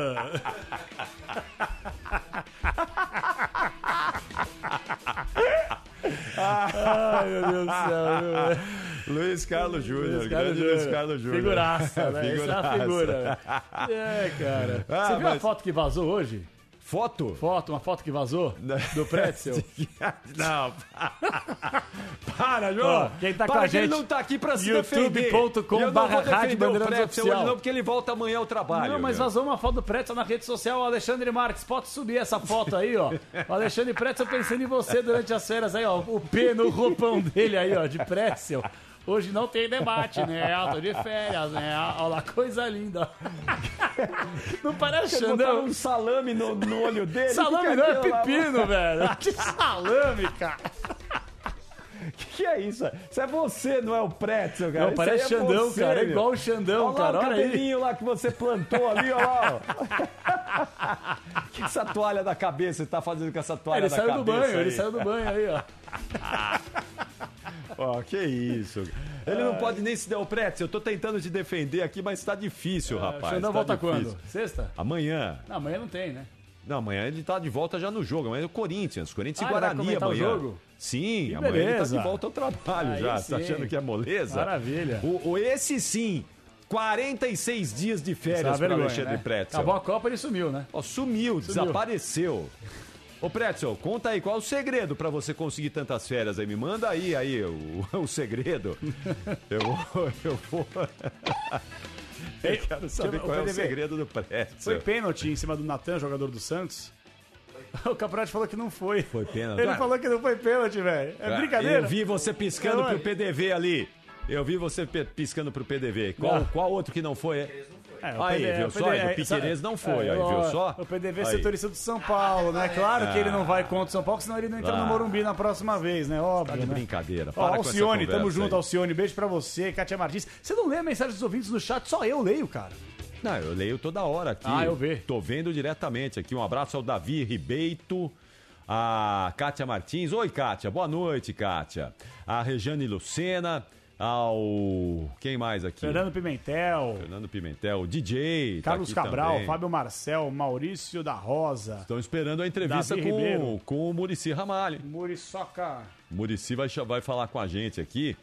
Ai, meu Deus do céu. Luiz Carlos Júnior, Luiz Carlos grande Júnior. Luiz Carlos Júnior. Figuraça, né? Essa é a Figuraça. figura. Cara. Você viu a foto que vazou hoje? Foto? Uma foto que vazou do Pretzel. Não. Para, João. Ó, quem tá com a gente, ele não tá aqui pra se defender. youtube.com/Rádio Bandeirantes Oficial. Hoje não, porque ele volta amanhã ao trabalho. Não, mas meu. vazou uma foto do Pretzel na rede social. O Alexandre Marques, pode subir essa foto aí, ó. O Alexandre Pretzel pensando em você durante as férias aí, ó. O P no roupão dele aí, ó, de Pretzel. Hoje não tem debate, né? Eu tô de férias, né? Olha lá, coisa linda. Não parece Você botaram Xandão? um salame no olho dele? Salame Que não, é aquilo lá? pepino, velho. Que salame, cara. Que é isso? Isso é você, não é o Pretzel, cara. Não, Isso parece aí é Xandão, você, cara. É meu. igual o Xandão, Olha cara. lá o Olha aí. cabelinho lá que você plantou ali, olha lá. O que essa toalha da cabeça você tá fazendo com essa toalha Ele da saiu cabeça? do banho, aí? ele saiu do banho aí, ó. Ó, que isso. Ele não pode nem se dar o Pretzel. Eu tô tentando te defender aqui, mas tá difícil, O rapaz. Xandão tá volta difícil. quando? Sexta? Amanhã. Não, amanhã não tem, né? Não, amanhã ele tá de volta já no jogo. Amanhã é o Corinthians e ele vai Guarani comentar o amanhã. jogo? Sim, Que amanhã ele tá beleza. de volta ao trabalho Aí já. sim. Tá achando que é moleza? Maravilha. Esse sim, 46 dias de Essa é férias uma para vergonha, Alexandre né? Pretzel. Acabou a Copa, ele sumiu, né? Ó, sumiu, desapareceu. Ô, Pretzel, conta aí, qual é o segredo pra você conseguir tantas férias aí? Me manda aí o segredo. Eu vou... Eu quero saber qual é o segredo do Pretzel. Foi pênalti em cima do Natan, jogador do Santos. O Capriotti falou que não foi. Foi pênalti. Ele falou que não foi pênalti, velho. É brincadeira. Eu vi você piscando Não, pro PDV ali. Eu vi você piscando pro PDV. Qual outro que não foi? Aí, viu só? O Piquerez não foi, aí, viu só? O PDV é Aí. setorista do São Paulo, né? Claro que ele não vai contra o São Paulo, senão ele não entra no Morumbi na próxima vez, né? Óbvio, Tá de né? brincadeira. Ó, Para com essa Alcione, tamo conversa junto, aí. Alcione. Beijo pra você, Kátia Martins. Você não lê a mensagem dos ouvintes no chat? Só eu leio, cara. Não, eu leio toda hora aqui. Eu vejo. Tô vendo diretamente aqui. Um abraço ao Davi Ribeito, a Kátia Martins. Oi, Kátia. Boa noite, Kátia. A Rejane Lucena, ao... Quem mais aqui? Fernando Pimentel, Fernando Pimentel, o DJ. tá Carlos aqui Cabral, também. Fábio Marcel, Maurício da Rosa, Estão esperando a entrevista Davi Ribeiro. com o Muricy Ramalho. Muriçoca. O Muricy vai falar com a gente aqui.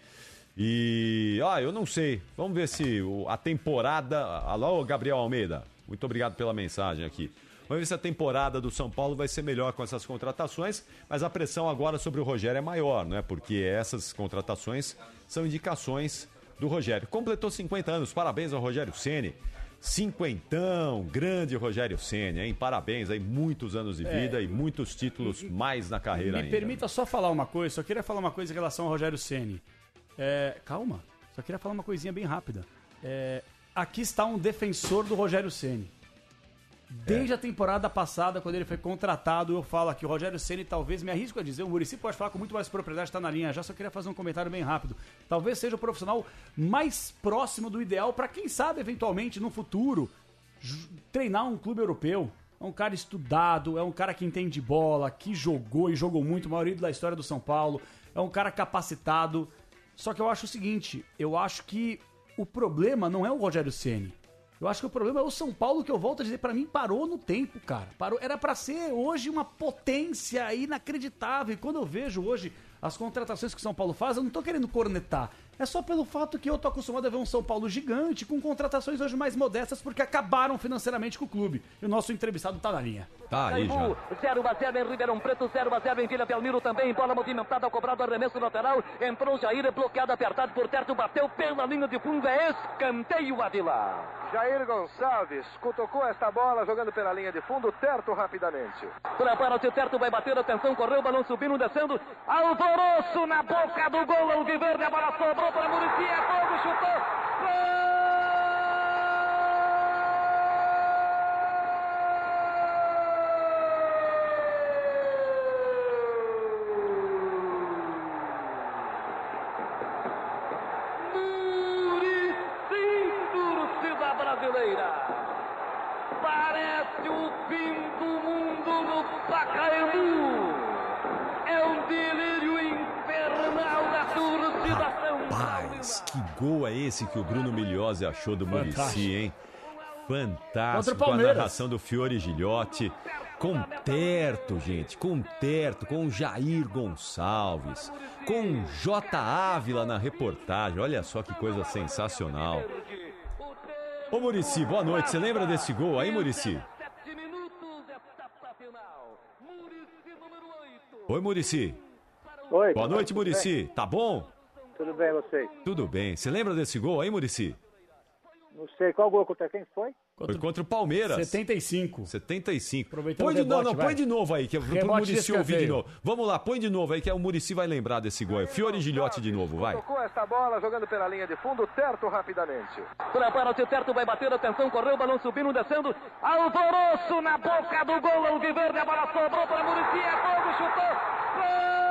E, eu não sei. Vamos ver se a temporada... Alô, Gabriel Almeida. Muito obrigado pela mensagem aqui. Vamos ver se a temporada do São Paulo vai ser melhor com essas contratações, mas a pressão agora sobre o Rogério é maior, não é? Porque essas contratações são indicações do Rogério. Completou 50 anos, parabéns ao Rogério Ceni. Cinquentão, grande Rogério Ceni, hein? Parabéns aí, muitos anos de vida e muitos títulos mais na carreira Me ainda. permita só falar uma coisa, só queria falar uma coisa em relação ao Rogério Ceni. Calma, só queria falar uma coisinha bem rápida. Aqui está um defensor do Rogério Ceni. Desde a temporada passada, quando ele foi contratado, eu falo aqui, o Rogério Ceni talvez, me arrisco a dizer, o Muricy pode falar com muito mais propriedade, está na linha já, só queria fazer um comentário bem rápido. Talvez seja o profissional mais próximo do ideal para quem sabe, eventualmente, no futuro, treinar um clube europeu. É um cara estudado, é um cara que entende bola, que jogou e jogou muito, o maior ídolo da história do São Paulo, é um cara capacitado. Só que eu acho o seguinte, eu acho que o problema não é o Rogério Ceni. Eu acho que o problema é o São Paulo, que eu volto a dizer, pra mim parou no tempo, cara. Era pra ser hoje uma potência inacreditável. E quando eu vejo hoje as contratações que o São Paulo faz, eu não tô querendo cornetar. É só pelo fato que eu tô acostumado a ver um São Paulo gigante, com contratações hoje mais modestas, porque acabaram financeiramente com o clube. E o nosso entrevistado tá na linha. Tá aí já. 0-0 em Ribeirão Preto, 0-0 em Vila Belmiro também. Bola movimentada, cobrado, arremesso lateral. Entrou Jair, bloqueado, apertado por perto, bateu pela linha de fundo. É escanteio, Adila. Jair Gonçalves cutucou esta bola jogando pela linha de fundo. Terto rapidamente. Prepara-se, Terto vai bater, atenção, correu, balão subindo, descendo. Alvoroço na boca do gol, Alviverde, a bola sobrou para Muricy, é fogo, chutou. Gol! Parece o fim do mundo no Pacaembu. É um delírio infernal da torcida São Paulo. Rapaz, que gol é esse que o Bruno Migliozzi achou do Muricy, hein? Fantástico, com a narração do Fiore Gilhote. Com Terto, gente, com Terto, com Jair Gonçalves, com J. Ávila na reportagem. Olha só que coisa sensacional. Ô Muricy, boa noite. Você lembra desse gol aí, Muricy? Oi, Muricy. Oi. Boa noite, Muricy. Tá bom? Tudo bem, vocês? Tudo bem. Você lembra desse gol aí, Muricy? Não sei qual gol contra quem foi? Foi contra o Palmeiras. 75. 75. Aproveitando Põe o rebote, põe vai. de novo aí, que é pro Rebote de Muricy ouvir de escanteio. novo. Vamos lá, põe de novo aí, que o Muricy vai lembrar desse gol. Fiore Gilhote de novo, vai. Tocou esta bola jogando pela linha de fundo. Terto rapidamente. Prepara-se, Terto vai bater, atenção, correu, balão subindo, descendo. Alvoroço na boca do gol, Alviverde, a bola sobrou para Muricy, é fogo, chutou. Gol!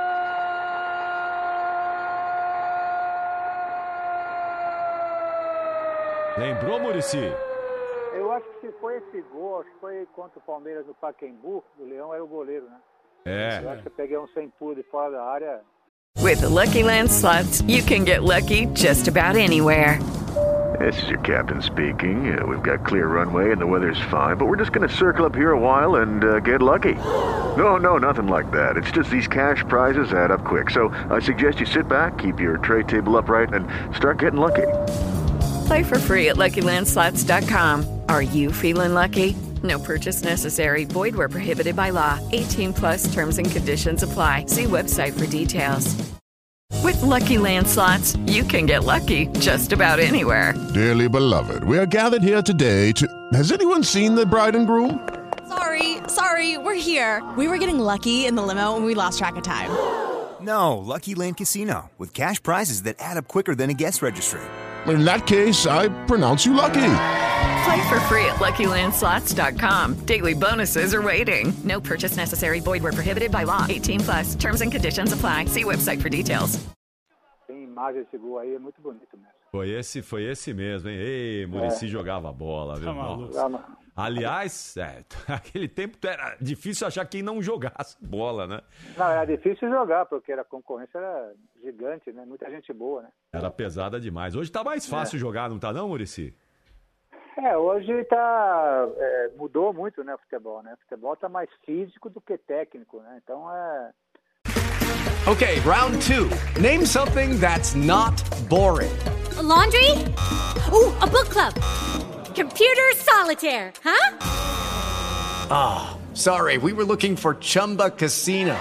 Lembrou, Muricy? Eu acho que se foi esse gol, acho que foi contra o Palmeiras no Pacaembu. O Leão era o goleiro, né? É. Eu acho que eu peguei um sem pulo de fora da área. With the Lucky Land Slots, you can get lucky just about anywhere. This is your captain speaking. We've got clear runway and the weather's fine, but we're just going to circle up here a while and get lucky. No, nothing like that. It's just these cash prizes add up quick. So I suggest you sit back, keep your tray table upright, and start getting lucky. Play for free at LuckyLandSlots.com. Are you feeling lucky? No purchase necessary. Void where prohibited by law. 18 plus terms and conditions apply. See website for details. With Lucky Land Slots, you can get lucky just about anywhere. Dearly beloved, we are gathered here today to... Has anyone seen the bride and groom? Sorry, we're here. We were getting lucky in the limo and we lost track of time. No, Lucky Land Casino, with cash prizes that add up quicker than a guest registry. In that case, I pronounce you lucky. Play for free at LuckyLandSlots.com. Daily bonuses are waiting. No purchase necessary. Void where prohibited by law. 18+. Terms and conditions apply. See website for details. Tem imagem desse gol aí, é muito bonito mesmo. Foi esse mesmo, hein? Ei, Muricy jogava bola, viu? Nossa. Aliás, aquele tempo era difícil achar quem não jogasse bola, né? Não, era difícil jogar, porque a concorrência era gigante, né? Muita gente boa, né? Era pesada demais. Hoje tá mais fácil jogar, não tá não, Muricy? Hoje mudou muito, né, o futebol, né? O futebol tá mais físico do que técnico, né? Então Okay, round 2. Name something that's not boring. A laundry? Ooh, a book club. Computer solitaire, huh? Ah, sorry, we were looking for Chumba Casino.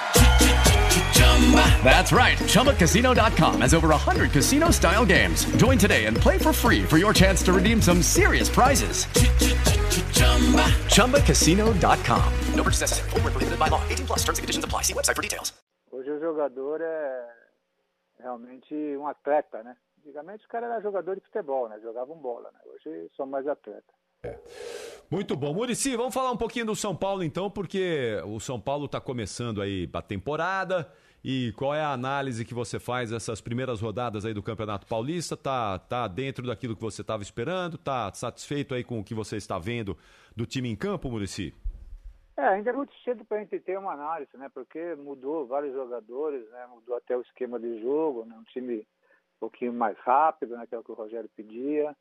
That's right, ChumbaCasino.com has over 100 casino-style games. Join today and play for free for your chance to redeem some serious prizes. ChumbaCasino.com. No purchase necessary. Void where prohibited by law. 18+. Terms and conditions apply. See website for details. Hoje o jogador é realmente um atleta, né? Antigamente os caras eram jogador de futebol, né? Jogavam bola, né? Hoje são mais atletas. Muito bom. Muricy, vamos falar um pouquinho do São Paulo então, porque o São Paulo está começando aí a temporada. E qual é a análise que você faz dessas primeiras rodadas aí do Campeonato Paulista? Tá dentro daquilo que você estava esperando? Tá satisfeito aí com o que você está vendo do time em campo, Muricy? Ainda é muito cedo para a gente ter uma análise, né? Porque mudou vários jogadores, né? Mudou até o esquema de jogo, né? Um time um pouquinho mais rápido, né? Que é o que o Rogério pedia.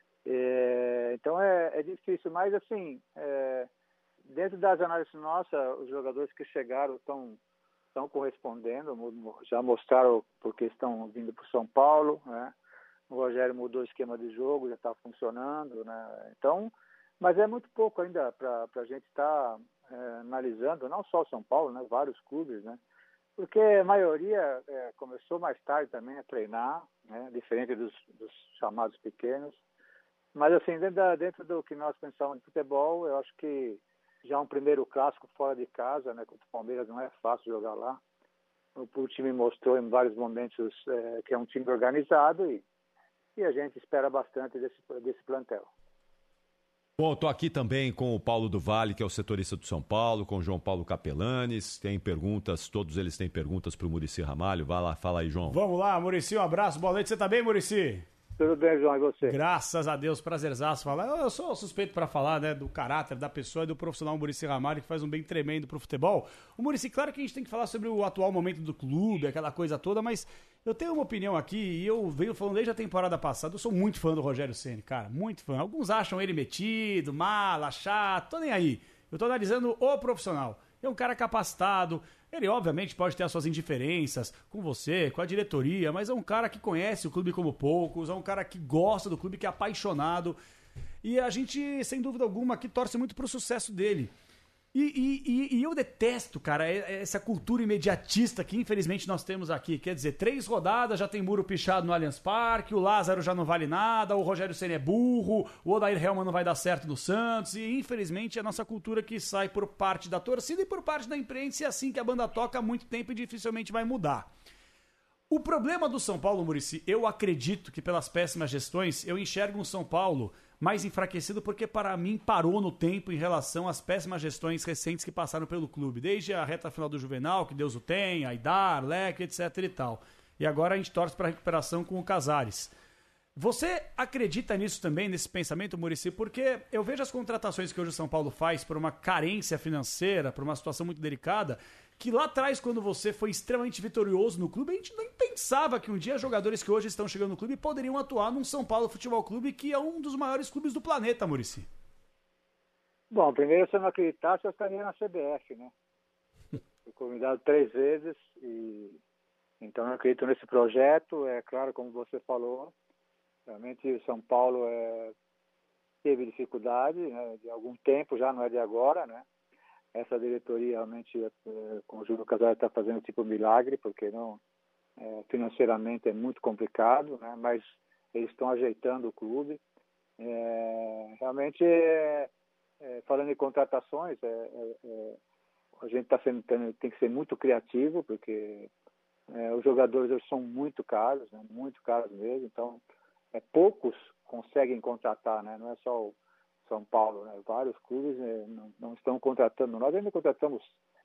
Então é difícil, mas assim, dentro das análises nossas, os jogadores que chegaram estão correspondendo, já mostraram porque estão vindo para o São Paulo, né? O Rogério mudou o esquema de jogo, já está funcionando, né? Então, mas é muito pouco ainda para a gente estar analisando, não só o São Paulo, né? Vários clubes, né? Porque a maioria começou mais tarde também a treinar, né? Diferente dos chamados pequenos. Mas assim, dentro do que nós pensamos de futebol, eu acho que já um primeiro clássico fora de casa, né? Contra o Palmeiras não é fácil jogar lá. O time mostrou em vários momentos que é um time organizado e a gente espera bastante desse plantel. Bom, estou aqui também com o Paulo do Vale, que é o setorista do São Paulo, com o João Paulo Capelanes. Tem perguntas, todos eles têm perguntas para o Muricy Ramalho. Vai lá, fala aí, João. Vamos lá, Muricy, um abraço, boa noite. Você tá bem, Muricy? Tudo bem, João, e você? Graças a Deus, prazerzaço falar. Eu sou suspeito para falar, né, do caráter da pessoa e do profissional Muricy Ramalho, que faz um bem tremendo pro futebol. O Muricy, claro que a gente tem que falar sobre o atual momento do clube, aquela coisa toda, mas eu tenho uma opinião aqui e eu venho falando desde a temporada passada. Eu sou muito fã do Rogério Ceni, cara, muito fã. Alguns acham ele metido, mala, chato, tô nem aí. Eu tô analisando o profissional. É um cara capacitado. Ele, obviamente, pode ter as suas indiferenças com você, com a diretoria, mas é um cara que conhece o clube como poucos, é um cara que gosta do clube, que é apaixonado. E a gente, sem dúvida alguma, aqui torce muito pro sucesso dele. E eu detesto, cara, essa cultura imediatista que infelizmente nós temos aqui. Quer dizer, 3 rodadas, já tem muro pichado no Allianz Parque, o Lázaro já não vale nada, o Rogério Ceni é burro, o Odair Hellmann não vai dar certo no Santos. E infelizmente é a nossa cultura que sai por parte da torcida e por parte da imprensa, e é assim que a banda toca há muito tempo e dificilmente vai mudar. O problema do São Paulo, Muricy, eu acredito que pelas péssimas gestões, eu enxergo um São Paulo mais enfraquecido porque para mim parou no tempo em relação às péssimas gestões recentes que passaram pelo clube, desde a reta final do Juvenal, que Deus o tenha, Aidar, Leque, etc e tal. E agora a gente torce para a recuperação com o Casares. Você acredita nisso também, nesse pensamento, Muricy? Porque eu vejo as contratações que hoje o São Paulo faz por uma carência financeira, por uma situação muito delicada, que lá atrás, quando você foi extremamente vitorioso no clube, a gente nem pensava que um dia jogadores que hoje estão chegando no clube poderiam atuar num São Paulo Futebol Clube, que é um dos maiores clubes do planeta, Muricy. Bom, primeiro, se eu não acreditasse, eu estaria na CBF, né? Fui convidado 3 vezes, então eu acredito nesse projeto. É claro, como você falou, realmente o São Paulo teve dificuldade, né, de algum tempo, já não é de agora, né? Essa diretoria realmente, com o Júlio Casares, está fazendo tipo milagre, porque não financeiramente é muito complicado, né? Mas eles estão ajeitando o clube. Realmente, falando em contratações, a gente tem que ser muito criativo, porque os jogadores hoje são muito caros, né? Muito caros mesmo, então poucos conseguem contratar, né? Não é só São Paulo, né? Vários clubes não estão contratando. Nós ainda contratamos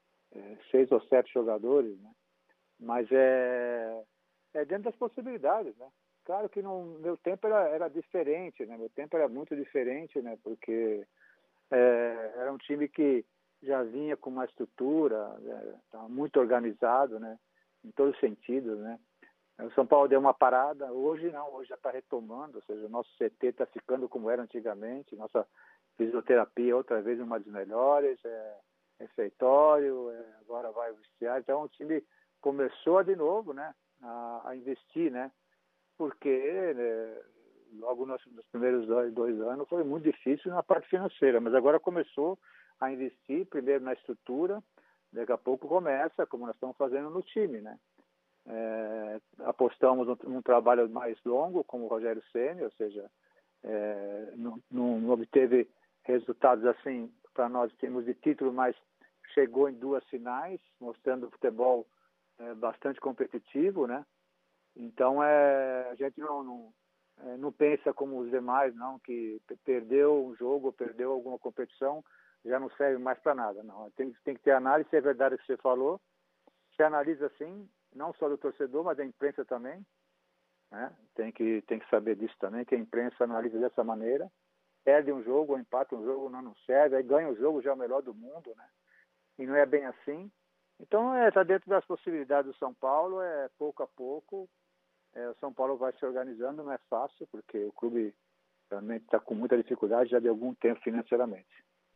6 ou 7 jogadores, né? Mas é dentro das possibilidades, né? Claro que meu tempo era diferente, né? Meu tempo era muito diferente, né? Porque era um time que já vinha com uma estrutura, estava muito organizado, né? Em todos os sentidos, né? O São Paulo deu uma parada, hoje não, hoje já está retomando, ou seja, o nosso CT está ficando como era antigamente, nossa fisioterapia outra vez uma das melhores, refeitório, agora vai o vestiário, então o time começou de novo, né, a investir, né, porque logo nos primeiros dois anos foi muito difícil na parte financeira, mas agora começou a investir primeiro na estrutura, daqui a pouco começa, como nós estamos fazendo no time, né. Apostamos num trabalho mais longo, como o Rogério Ceni, ou seja, não obteve resultados assim para nós temos de título, mas chegou em 2 finais, mostrando o futebol bastante competitivo, né? Então a gente não pensa como os demais, não, que perdeu um jogo, perdeu alguma competição, já não serve mais para nada, não. Tem que ter análise, se é verdade o que você falou, se analisa assim, não só do torcedor, mas da imprensa também, né? Tem que saber disso também, que a imprensa analisa dessa maneira, perde um jogo, ou empata um jogo, não serve, aí ganha um jogo, já é o melhor do mundo, né? E não é bem assim. Então, está dentro das possibilidades do São Paulo, pouco a pouco, o São Paulo vai se organizando, não é fácil, porque o clube realmente está com muita dificuldade já de algum tempo financeiramente.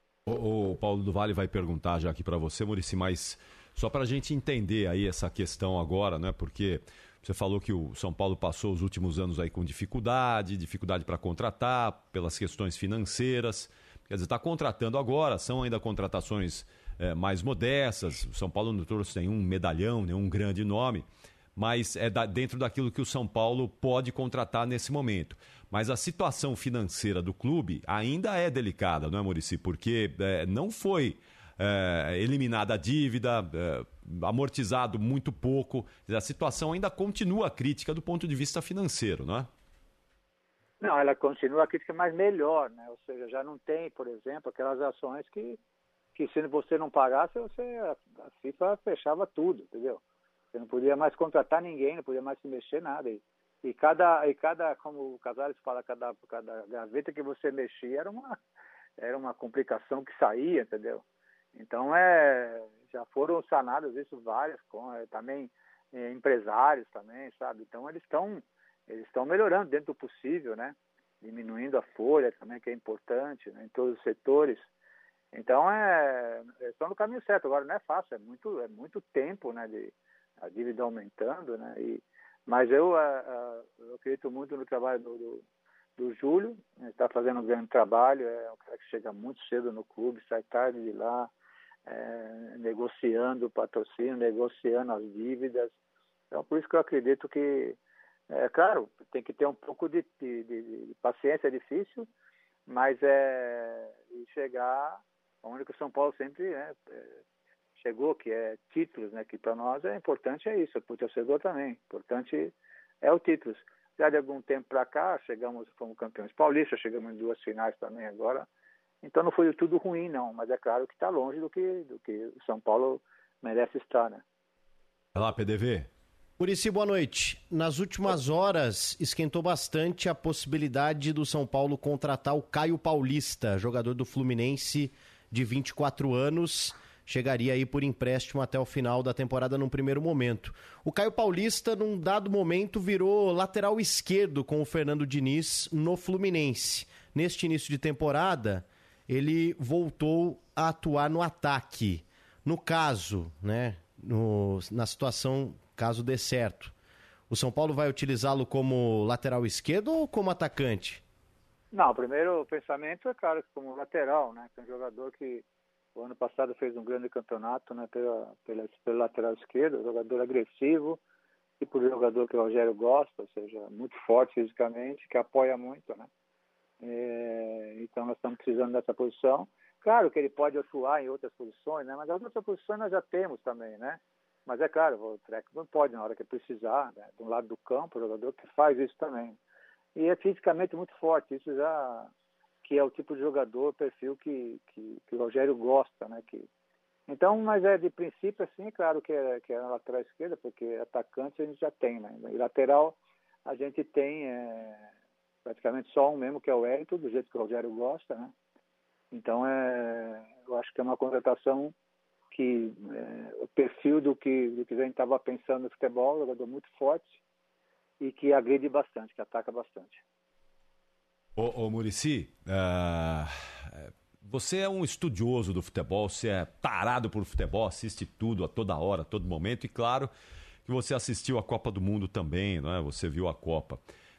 O Paulo do Vale vai perguntar já aqui para você, Muricy, mas só para a gente entender aí essa questão agora, né? Porque você falou que o São Paulo passou os últimos anos aí com dificuldade para contratar, pelas questões financeiras. Quer dizer, está contratando agora, são ainda contratações mais modestas. O São Paulo não trouxe nenhum medalhão, nenhum grande nome, mas dentro daquilo que o São Paulo pode contratar nesse momento. Mas a situação financeira do clube ainda é delicada, não é, Muricy? Porque não foi eliminada a dívida, amortizado muito pouco. A situação ainda continua crítica do ponto de vista financeiro, não é? Não, ela continua crítica, mas melhor, né? Ou seja, já não tem, por exemplo, aquelas ações que se você não pagasse, a FIFA fechava tudo, entendeu? Você não podia mais contratar ninguém, não podia mais se mexer nada. E cada como o Casares fala, cada gaveta que você mexia era uma complicação que saía, entendeu? Então, já foram sanadas isso várias, também empresários também, sabe? Então, eles estão melhorando dentro do possível, né? Diminuindo a folha também, que é importante, né? Em todos os setores. Então, estão no caminho certo. Agora, não é fácil, é muito tempo, né? A dívida aumentando, né? Mas eu acredito muito no trabalho do Júlio, ele está fazendo um grande trabalho, é um cara que chega muito cedo no clube, sai tarde de lá, negociando o patrocínio, negociando as dívidas. Então, por isso que eu acredito que, claro, tem que ter um pouco de paciência, é difícil, mas chegar onde o São Paulo sempre chegou, que é títulos, né? Que para nós é importante, é isso, para o torcedor também. Importante é o títulos. Já de algum tempo para cá, fomos campeões paulistas, chegamos em 2 finais também agora. Então não foi tudo ruim, não, mas é claro que está longe do que o São Paulo merece estar, né? Vai lá, PDV. Muricy, boa noite. Nas últimas horas, esquentou bastante a possibilidade do São Paulo contratar o Caio Paulista, jogador do Fluminense de 24 anos, chegaria aí por empréstimo até o final da temporada num primeiro momento. O Caio Paulista, num dado momento, virou lateral esquerdo com o Fernando Diniz no Fluminense. Neste início de temporada, ele voltou a atuar no ataque. No caso, né, na situação, caso dê certo, o São Paulo vai utilizá-lo como lateral esquerdo ou como atacante? Não, o primeiro pensamento é, claro, como lateral, né? Que é um jogador que o ano passado fez um grande campeonato, né, pelo lateral esquerdo, jogador agressivo, tipo de jogador que o Rogério gosta, ou seja, muito forte fisicamente, que apoia muito, né? Então nós estamos precisando dessa posição. Claro que ele pode atuar em outras posições, né? Mas as outras posições nós já temos também, né? Mas é claro, o técnico não pode, na hora que precisar, né? De um lado do campo, o jogador que faz isso também. E é fisicamente muito forte, isso já que é o tipo de jogador, perfil que o Rogério gosta, né? Então, mas de princípio, assim, é claro que é na lateral esquerda, porque atacante a gente já tem, né? E lateral a gente tem praticamente só um mesmo, que é o Wellington, do jeito que o Rogério gosta, né? Então, eu acho que é uma contratação que o perfil do que a gente estava pensando no futebol, um jogador muito forte e que agride bastante, que ataca bastante. Ô Muricy, você é um estudioso do futebol, você é tarado por futebol, assiste tudo a toda hora, a todo momento, e claro que você assistiu a Copa do Mundo também, não é? Você viu a Copa.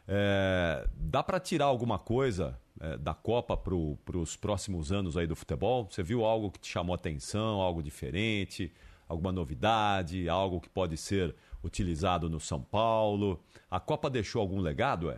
Dá para tirar alguma coisa da Copa para os próximos anos aí do futebol? Você viu algo que te chamou a atenção, algo diferente, alguma novidade, algo que pode ser utilizado no São Paulo? A Copa deixou algum legado,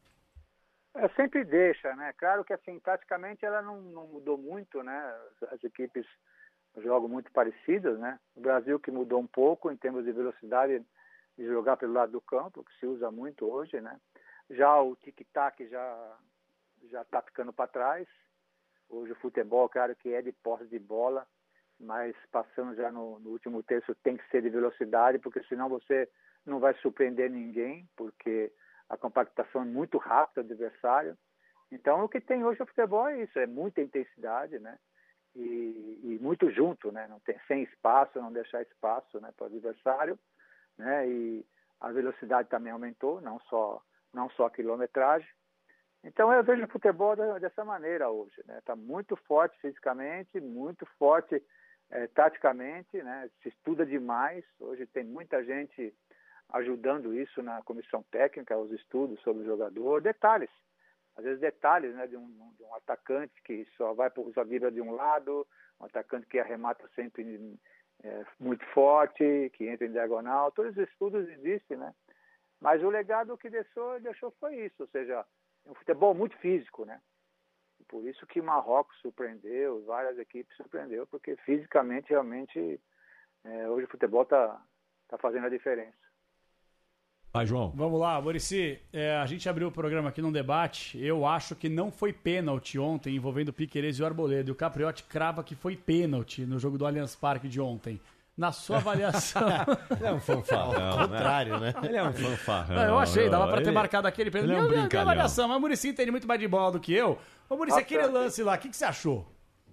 Sempre deixa, né? Claro que, assim, taticamente ela não mudou muito, né? As equipes jogam muito parecidas, né? O Brasil que mudou um pouco em termos de velocidade de jogar pelo lado do campo, que se usa muito hoje, né? Já o tic-tac já está ficando para trás. Hoje o futebol, claro que é de posse de bola, mas passando já no último terço tem que ser de velocidade, porque senão você não vai surpreender ninguém, porque a compactação é muito rápida do adversário. Então, o que tem hoje no futebol é isso, é muita intensidade, né? E muito junto, né? Não tem, sem espaço, não deixar espaço, né, para o adversário, né? E a velocidade também aumentou, não só a quilometragem. Então, eu vejo o futebol dessa maneira hoje, né? Está muito forte fisicamente, muito forte taticamente, né? Se estuda demais. Hoje tem muita gente ajudando isso na comissão técnica, os estudos sobre o jogador, detalhes, às vezes detalhes, né, de um atacante que só vibra de um lado, um atacante que arremata sempre muito forte, que entra em diagonal, todos os estudos existem, né? Mas o legado que deixou foi isso, ou seja, um futebol muito físico, né? Por isso que Marrocos surpreendeu, várias equipes surpreendeu, porque fisicamente realmente hoje o futebol está fazendo a diferença. Vai, João. Vamos lá, Muricy, a gente abriu o programa aqui num debate. Eu acho que não foi pênalti ontem envolvendo o Piquerez e o Arboleda. E o Capriotti crava que foi pênalti no jogo do Allianz Parque de ontem. Na sua avaliação... Ele é um fanfarrão, Ao contrário, né? Ele é um fanfarrão. Eu achei, dava pra ter marcado aquele pênalti. Ele é um Minha brincalhão. avaliação, mas o Muricy entende muito mais de bola do que eu. Ô, Muricy, aquele lance lá, o que você achou?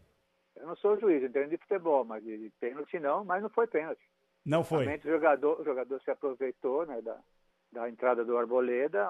Eu não sou juiz, entendo de futebol, mas de pênalti não, mas não foi pênalti. Não foi? Realmente o jogador se aproveitou, né, da entrada do Arboleda,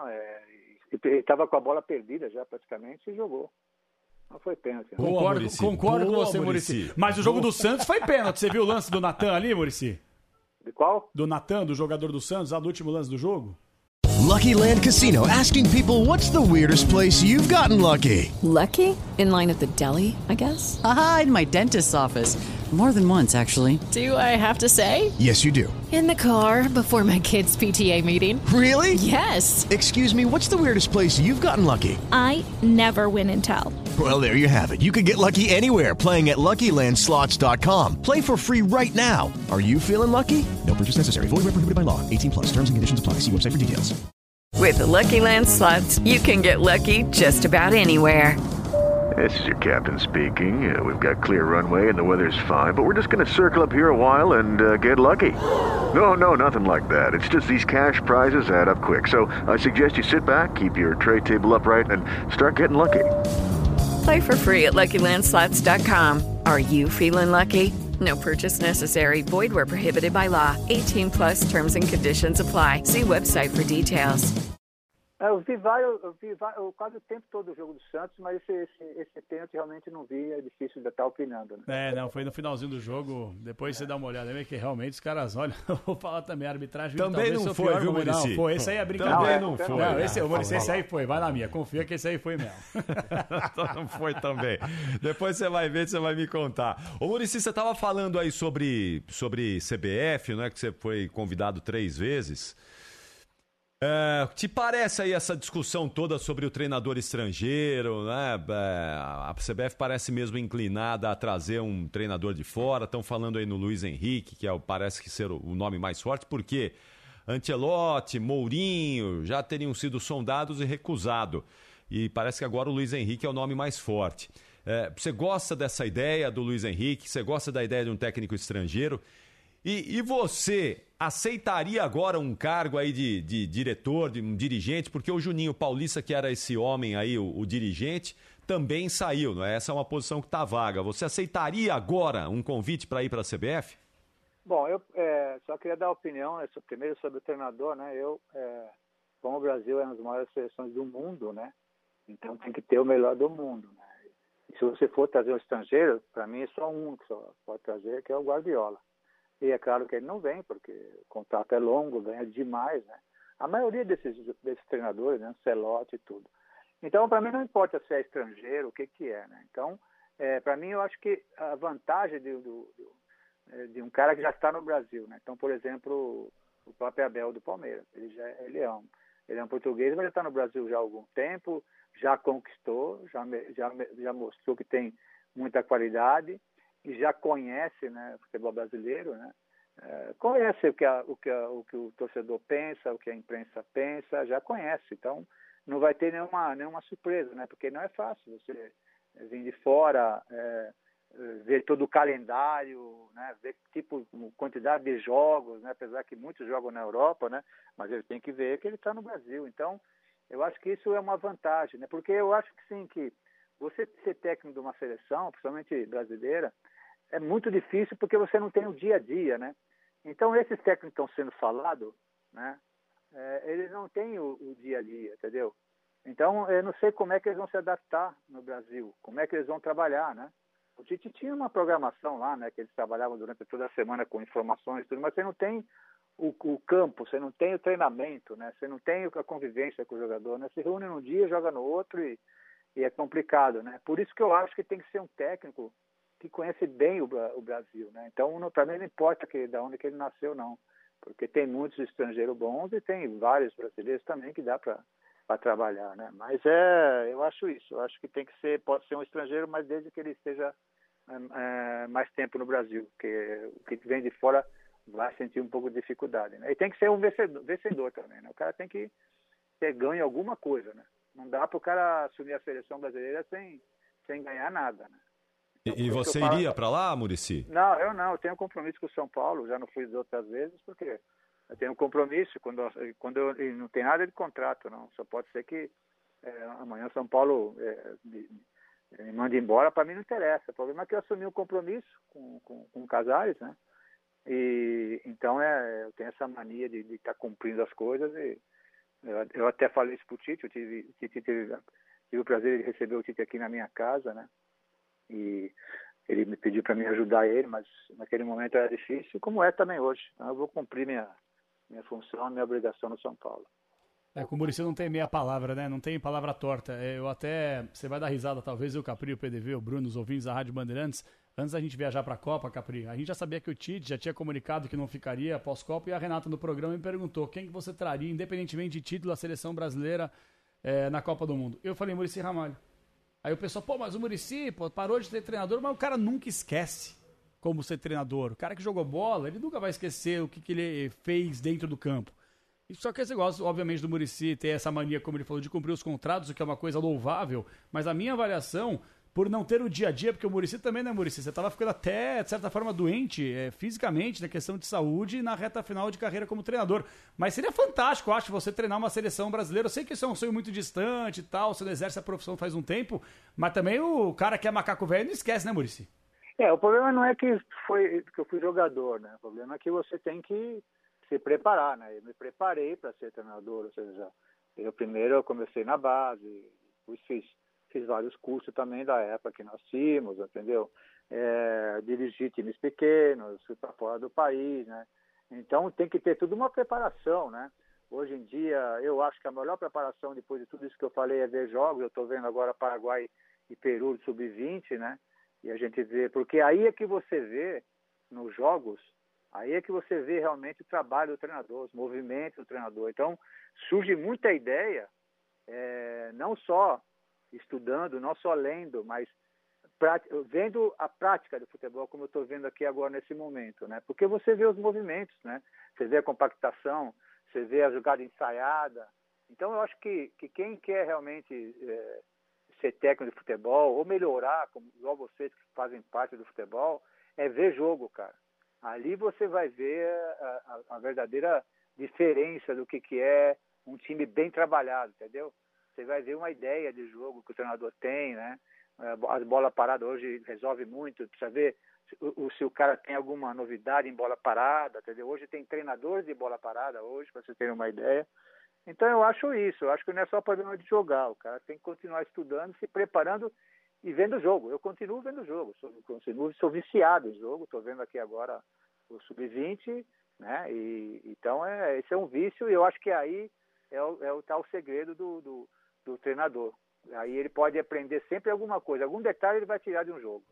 ele estava com a bola perdida já praticamente e jogou. Não foi pênalti. Concordo com você, Muricy. Mas o jogo do Santos foi pênalti. Você viu o lance do Natan ali, Muricy? De qual? Do Natan, do jogador do Santos, lá do último lance do jogo? Lucky Land Casino, asking people, what's the weirdest place you've gotten lucky? Lucky? In line at the deli, I guess? Aha, in my dentist's office. More than once, actually. Do I have to say? Yes, you do. In the car before my kids' PTA meeting. Really? Yes. Excuse me, what's the weirdest place you've gotten lucky? I never win and tell. Well, there you have it. You can get lucky anywhere, playing at LuckyLandSlots.com. Play for free right now. Are you feeling lucky? No purchase necessary. Void where prohibited by law. 18+. Terms and conditions apply. See website for details. With the Lucky Land Slots, you can get lucky just about anywhere. This is your captain speaking. We've got clear runway and the weather's fine, but we're just going to circle up here a while and get lucky. No, nothing like that. It's just these cash prizes add up quick. So I suggest you sit back, keep your tray table upright, and start getting lucky. Play for free at LuckyLandSlots.com. Are you feeling lucky? No purchase necessary. Void where prohibited by law. 18+ terms and conditions apply. See website for details. Eu vi quase o tempo todo o jogo do Santos, mas esse pênalti realmente não vi, é difícil de estar opinando, né? Não, foi no finalzinho do jogo, depois você dá uma olhada, é que realmente os caras, olha, eu vou falar também, a arbitragem... Também não foi, viu, Muricy? Não, foi, esse aí é brincadeira. Também não foi. Não, Muricy, esse aí foi, vai na minha, confia que esse aí foi mesmo. Não foi também. Depois você vai ver, você vai me contar. Ô, Muricy, você estava falando aí sobre CBF, não é, que você foi convidado 3 vezes... te parece aí essa discussão toda sobre o treinador estrangeiro, né? A CBF parece mesmo inclinada a trazer um treinador de fora. Estão falando aí no Luiz Henrique, que parece que ser o nome mais forte, porque Ancelotti, Mourinho já teriam sido sondados e recusado. e parece que agora o Luiz Henrique é o nome mais forte. Você gosta dessa ideia do Luiz Henrique? Você gosta da ideia de um técnico estrangeiro? E você aceitaria agora um cargo aí de diretor, de um dirigente? Porque o Juninho Paulista, que era esse homem aí, o dirigente, também saiu, não é? Essa é uma posição que está vaga. Você aceitaria agora um convite para ir para a CBF? Bom, eu só queria dar opinião, primeiro sobre o treinador, né? Como o Brasil é uma das maiores seleções do mundo, né? Então tem que ter o melhor do mundo, né? E se você for trazer um estrangeiro, para mim é só um que só pode trazer, que é o Guardiola. E é claro que ele não vem, porque o contrato é longo, ganha demais, né? A maioria desses treinadores, né? Ancelotti e tudo. Então, para mim, não importa se é estrangeiro, o que é, né? Então, para mim, eu acho que a vantagem de um cara que já está no Brasil, né? Então, por exemplo, o próprio Abel do Palmeiras. Ele é um português, mas já está no Brasil já há algum tempo, já conquistou, já mostrou que tem muita qualidade, e já conhece, né, o futebol brasileiro, né? Conhece o que o torcedor pensa, o que a imprensa pensa, já conhece. Então, não vai ter nenhuma surpresa, né? Porque não é fácil você vir de fora, ver todo o calendário, né? Ver quantidade de jogos, né? Apesar que muitos jogam na Europa, né? Mas ele tem que ver que ele está no Brasil. Então, eu acho que isso é uma vantagem, né? Porque eu acho que sim, que você ser técnico de uma seleção, principalmente brasileira, é muito difícil porque você não tem o dia a dia, né? Então, esses técnicos que estão sendo falados, né? Eles não têm o dia a dia, entendeu? Então, eu não sei como é que eles vão se adaptar no Brasil, como é que eles vão trabalhar, né? O Tite tinha uma programação lá, né? Que eles trabalhavam durante toda a semana com informações e tudo, mas você não tem o campo, você não tem o treinamento, né? Você não tem a convivência com o jogador, né? Se reúne num dia, joga no outro e é complicado, né? Por isso que eu acho que tem que ser um técnico que conhece bem o Brasil, né? Então, para mim, não importa de onde que ele nasceu, não. Porque tem muitos estrangeiros bons e tem vários brasileiros também que dá para trabalhar, né? Mas eu acho isso. Eu acho que pode ser um estrangeiro, mas desde que ele esteja mais tempo no Brasil. Porque o que vem de fora vai sentir um pouco de dificuldade, né? E tem que ser um vencedor também, né? O cara tem que ter ganho alguma coisa, né? Não dá para o cara assumir a seleção brasileira sem ganhar nada, né? E você iria para lá, Muricy? Não, eu não. Eu tenho um compromisso com o São Paulo. Já não fui outras vezes, porque eu tenho um compromisso. Quando eu não tem nada de contrato, não. Só pode ser que amanhã São Paulo me mande embora. Para mim não interessa. O problema é que eu assumi um compromisso com o Casares, né? E então eu tenho essa mania de estar cumprindo as coisas. E eu até falei isso pro Tite. Tive o prazer de receber o Tite aqui na minha casa, né? E ele me pediu para mim ajudar ele, mas naquele momento era difícil, como é também hoje. Então eu vou cumprir minha função, minha obrigação no São Paulo. Com o Muricy não tem meia palavra, né? Não tem palavra torta. Você vai dar risada, talvez, o Capri, o PDV, o Bruno, os ouvintes da Rádio Bandeirantes. Antes da gente viajar para a Copa, Capri, a gente já sabia que o Tite já tinha comunicado que não ficaria pós-Copa, e a Renata no programa me perguntou quem que você traria, independentemente de título, a seleção brasileira na Copa do Mundo. Eu falei Muricy Ramalho. Aí o pessoal, mas o Muricy parou de ser treinador, mas o cara nunca esquece como ser treinador. O cara que jogou bola, ele nunca vai esquecer o que ele fez dentro do campo. Só que esse negócio, obviamente, do Muricy ter essa mania, como ele falou, de cumprir os contratos, o que é uma coisa louvável, mas a minha avaliação, por não ter o dia a dia, porque o Muricy também, né, Muricy? Você estava ficando até, de certa forma, doente fisicamente, na questão de saúde e na reta final de carreira como treinador. Mas seria fantástico, eu acho, você treinar uma seleção brasileira. Eu sei que isso é um sonho muito distante e tal, você não exerce a profissão faz um tempo, mas também o cara que é macaco velho não esquece, né, Muricy? O problema não é que eu fui jogador, né? O problema é que você tem que se preparar, né? Eu me preparei para ser treinador, ou seja, eu comecei na base, fiz vários cursos também da época que nós tínhamos, entendeu? Dirigi times pequenos, fui para fora do país, né? Então tem que ter tudo uma preparação, né? Hoje em dia, eu acho que a melhor preparação depois de tudo isso que eu falei é ver jogos. Eu estou vendo agora Paraguai e Peru sub-20, né? E a gente vê, porque aí é que você vê nos jogos, aí é que você vê realmente o trabalho do treinador, os movimentos do treinador. Então surge muita ideia, não só estudando, não só lendo, mas vendo a prática do futebol, como eu estou vendo aqui agora nesse momento, né? Porque você vê os movimentos, né? Você vê a compactação, você vê a jogada ensaiada, Então, eu acho que quem quer realmente ser técnico de futebol ou melhorar, igual vocês que fazem parte do futebol, é ver jogo, cara. Ali você vai ver a verdadeira diferença do que é um time bem trabalhado, entendeu? Você vai ver uma ideia de jogo que o treinador tem, né? As bolas paradas hoje resolve muito, precisa ver se o cara tem alguma novidade em bola parada, entendeu? Hoje tem treinadores de bola parada, hoje, para você ter uma ideia. Então eu acho isso, eu acho que não é só problema de jogar, o cara tem que continuar estudando, se preparando e vendo o jogo. Eu continuo vendo o jogo, sou viciado em jogo, estou vendo aqui agora o Sub-20, né? Então esse é um vício e eu acho que aí é o tal segredo do treinador. Aí ele pode aprender sempre alguma coisa, algum detalhe ele vai tirar de um jogo.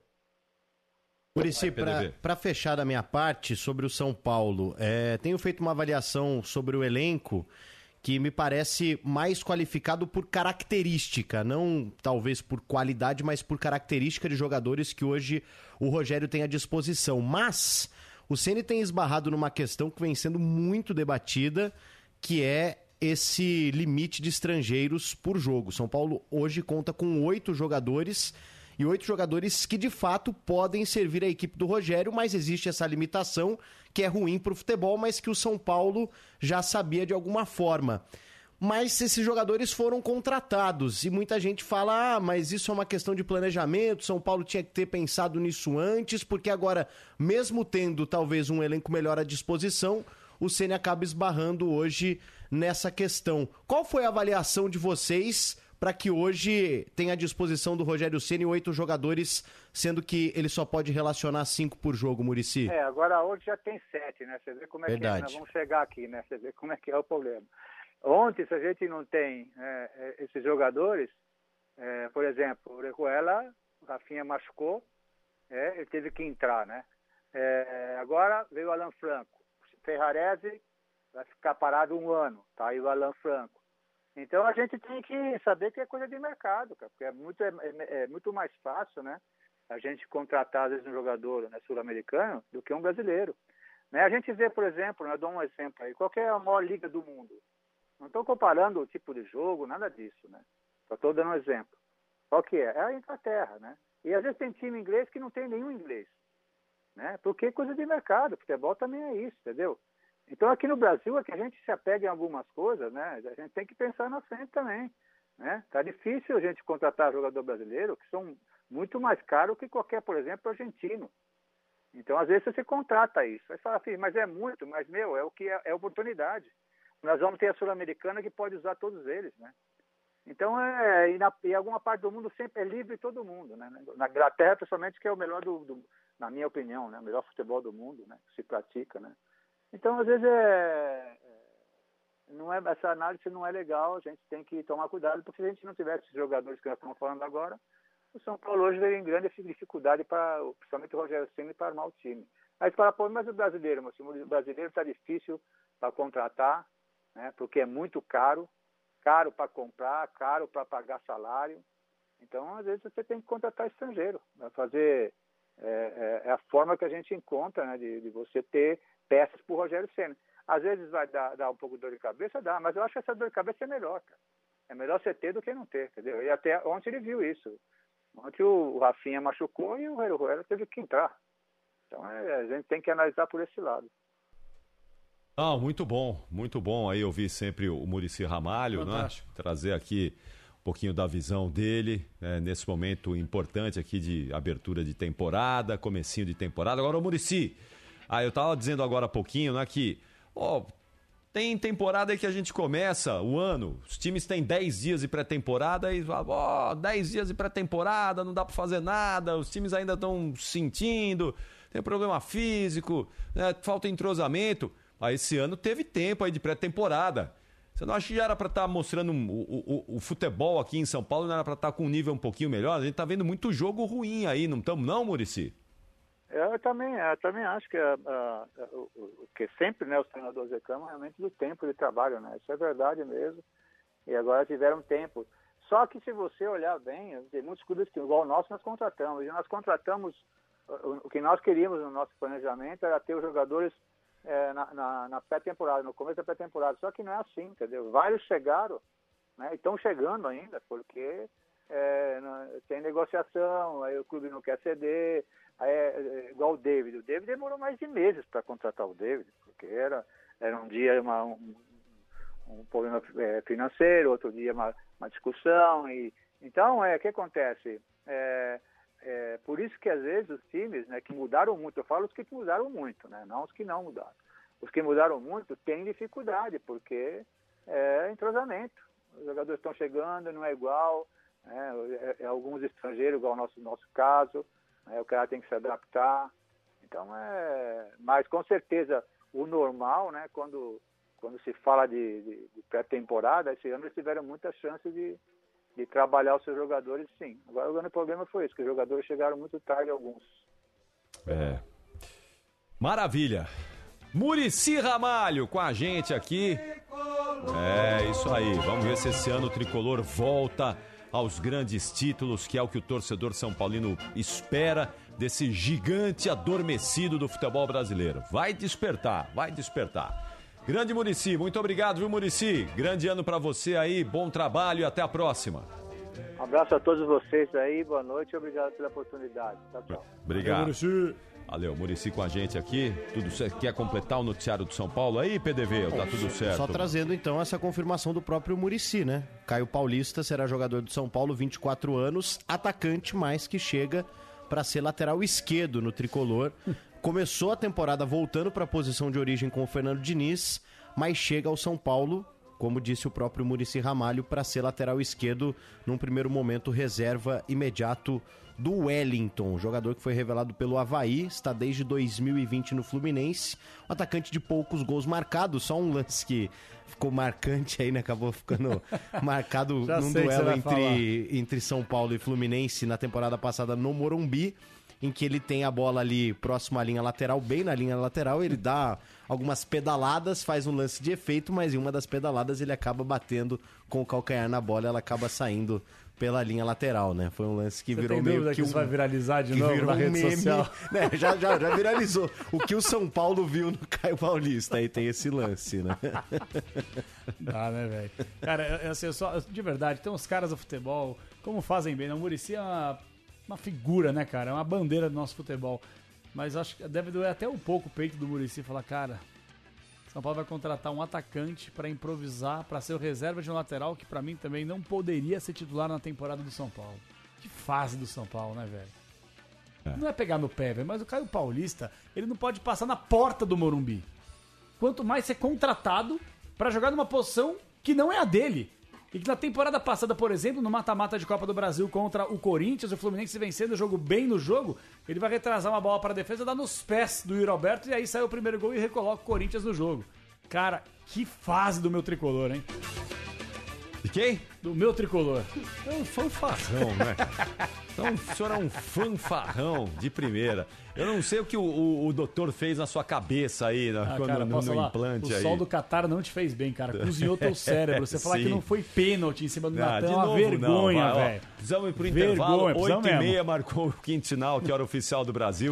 Muricy, para fechar da minha parte sobre o São Paulo, tenho feito uma avaliação sobre o elenco que me parece mais qualificado por característica, não talvez por qualidade, mas por característica de jogadores que hoje o Rogério tem à disposição. Mas o Ceni tem esbarrado numa questão que vem sendo muito debatida, que é esse limite de estrangeiros por jogo. São Paulo hoje conta com 8 jogadores, e 8 jogadores que de fato podem servir a equipe do Rogério, mas existe essa limitação que é ruim para o futebol, mas que o São Paulo já sabia de alguma forma. Mas esses jogadores foram contratados e muita gente fala, mas isso é uma questão de planejamento, São Paulo tinha que ter pensado nisso antes, porque agora, mesmo tendo talvez um elenco melhor à disposição, o Ceni acaba esbarrando hoje nessa questão. Qual foi a avaliação de vocês para que hoje tenha à disposição do Rogério Ceni 8 jogadores, sendo que ele só pode relacionar 5 por jogo, Muricy? Agora hoje já tem 7, né? Você vê como é Verdade. Que é, nós vamos chegar aqui, né? Você vê como é que é o problema. Ontem, se a gente não tem esses jogadores, por exemplo, o Orejuela, o Rafinha machucou, ele teve que entrar, né? Agora veio o Alan Franco. Ferrarese vai ficar parado 1 ano, tá aí o Alan Franco. Então a gente tem que saber que é coisa de mercado, cara, porque é muito mais fácil, né, a gente contratar às vezes um jogador, né, sul-americano do que um brasileiro. Né? A gente vê, por exemplo, eu dou um exemplo aí, qual que é a maior liga do mundo? Não estou comparando o tipo de jogo, nada disso, né? Só estou dando um exemplo. Qual que é? É a Inglaterra, né? E às vezes tem time inglês que não tem nenhum inglês, né? Porque é coisa de mercado, futebol também é isso, entendeu? Então, aqui no Brasil, é que a gente se apega em algumas coisas, né? A gente tem que pensar na frente também, né? Tá difícil a gente contratar jogador brasileiro, que são muito mais caros que qualquer, por exemplo, argentino. Então, às vezes, você contrata isso. Aí fala, filho, mas é muito, mas, é o que é oportunidade. Nós vamos ter a Sul-Americana que pode usar todos eles, né? Então, em alguma parte do mundo sempre é livre todo mundo, né? Na Inglaterra, principalmente, que é o melhor na minha opinião, né? O melhor futebol do mundo, né? Que se pratica, né? Então, às vezes, essa análise não é legal, a gente tem que tomar cuidado, porque se a gente não tivesse esses jogadores que nós estamos falando agora, o São Paulo hoje teria grande dificuldade, principalmente o Rogério Ceni, para armar o time. Aí você fala, pô, mas o brasileiro, meu senhor, o brasileiro está difícil para contratar, né, porque é muito caro para comprar, caro para pagar salário. Então, às vezes, você tem que contratar estrangeiro, né, fazer a forma que a gente encontra, né, de você ter peças para o Rogério Ceni. Às vezes vai dar um pouco de dor de cabeça, mas eu acho que essa dor de cabeça é melhor, cara. É melhor você ter do que não ter, entendeu? E até ontem ele viu isso. Ontem o Rafinha machucou e o Orejuela teve que entrar. Então a gente tem que analisar por esse lado. Muito bom aí ouvir sempre o Muricy Ramalho, né? Trazer aqui um pouquinho da visão dele, nesse momento importante aqui de abertura de temporada, comecinho de temporada. Agora, o Muricy, eu tava dizendo agora há pouquinho, né, que tem temporada aí que a gente começa o ano, os times têm 10 dias de pré-temporada e 10 dias de pré-temporada, não dá pra fazer nada, os times ainda estão sentindo, tem problema físico, né, falta entrosamento. Esse ano teve tempo aí de pré-temporada. Você não acha que já era pra estar mostrando o futebol aqui em São Paulo, não era pra estar com um nível um pouquinho melhor? A gente tá vendo muito jogo ruim aí, não estamos não, Muricy? Eu também acho que sempre, né, os treinadores reclamam realmente do tempo de trabalho, né? Isso é verdade mesmo. E agora tiveram tempo. Só que se você olhar bem, tem muitos clubes que, igual o nosso, nós contratamos. E nós contratamos, o que nós queríamos no nosso planejamento era ter os jogadores na pré-temporada, no começo da pré-temporada. Só que não é assim, entendeu? Vários chegaram, né, e estão chegando ainda, porque tem negociação, aí o clube não quer ceder, igual o David. O David demorou mais de meses para contratar o David, porque era um dia um problema financeiro, outro dia uma discussão. Então, o que acontece? Por isso que às vezes os times, né, que mudaram muito, eu falo os que mudaram muito, né, não os que não mudaram. Os que mudaram muito têm dificuldade, porque é entrosamento. Os jogadores estão chegando, não é igual, alguns estrangeiros, igual o nosso caso, o cara tem que se adaptar. Então, mas com certeza o normal, né, quando se fala de pré-temporada, esse ano eles tiveram muita chance de trabalhar os seus jogadores, sim. Agora o grande problema foi isso, que os jogadores chegaram muito tarde, alguns. Maravilha. Muricy Ramalho com a gente aqui. Isso aí. Vamos ver se esse ano o Tricolor volta aos grandes títulos, que é o que o torcedor são paulino espera desse gigante adormecido do futebol brasileiro. Vai despertar. Grande Muricy, muito obrigado, viu, Muricy? Grande ano pra você aí, bom trabalho e até a próxima. Um abraço a todos vocês aí, boa noite e obrigado pela oportunidade. Tchau. Obrigado. Valeu, Muricy com a gente aqui. Tudo certo? Quer completar o noticiário do São Paulo aí, PDV? Tá tudo certo? Só trazendo então essa confirmação do próprio Muricy, né? Caio Paulista será jogador do São Paulo, 24 anos, atacante, mas que chega para ser lateral esquerdo no Tricolor. Começou a temporada voltando para a posição de origem com o Fernando Diniz, mas chega ao São Paulo, como disse o próprio Muricy Ramalho, para ser lateral esquerdo, num primeiro momento reserva imediato do Wellington, jogador que foi revelado pelo Avaí, está desde 2020 no Fluminense, um atacante de poucos gols marcados, só um lance que ficou marcante aí, né? Acabou ficando marcado num duelo entre São Paulo e Fluminense na temporada passada no Morumbi, em que ele tem a bola ali próximo à linha lateral, bem na linha lateral, ele dá algumas pedaladas, faz um lance de efeito, mas em uma das pedaladas ele acaba batendo com o calcanhar na bola, ela acaba saindo pela linha lateral, né? Foi um lance que virou meio que isso vai viralizar de novo na rede social? Né? Já viralizou. O que o São Paulo viu no Caio Paulista, aí tem esse lance, né? Dá, né, velho? Cara, assim, de verdade, tem uns caras do futebol, como fazem bem, né? O Muricy é uma figura, né, cara? É uma bandeira do nosso futebol. Mas acho que deve doer até um pouco o peito do Muricy falar, cara, São Paulo vai contratar um atacante pra improvisar, pra ser o reserva de um lateral que pra mim também não poderia ser titular na temporada do São Paulo. Que fase do São Paulo, né, velho? Não é pegar no pé, velho, mas o Caio Paulista, ele não pode passar na porta do Morumbi. Quanto mais ser contratado pra jogar numa posição que não é a dele. E que na temporada passada, por exemplo, no mata-mata de Copa do Brasil contra o Corinthians, o Fluminense vencendo o jogo bem no jogo, ele vai retrasar uma bola para a defesa, dar nos pés do Yuri Alberto e aí sai o primeiro gol e recoloca o Corinthians no jogo. Cara, que fase do meu tricolor, hein? De quem? Do meu tricolor. É um fanfarrão, né? Então o senhor é um fanfarrão de primeira. Eu não sei o que o doutor fez na sua cabeça aí, no implante aí. O sol do Catar não te fez bem, cara. Cozinhou teu cérebro. Você falar que não foi pênalti em cima do Natan é uma vergonha, velho. Precisamos ir pro intervalo. 8h30 marcou o quinto sinal, que era oficial do Brasil.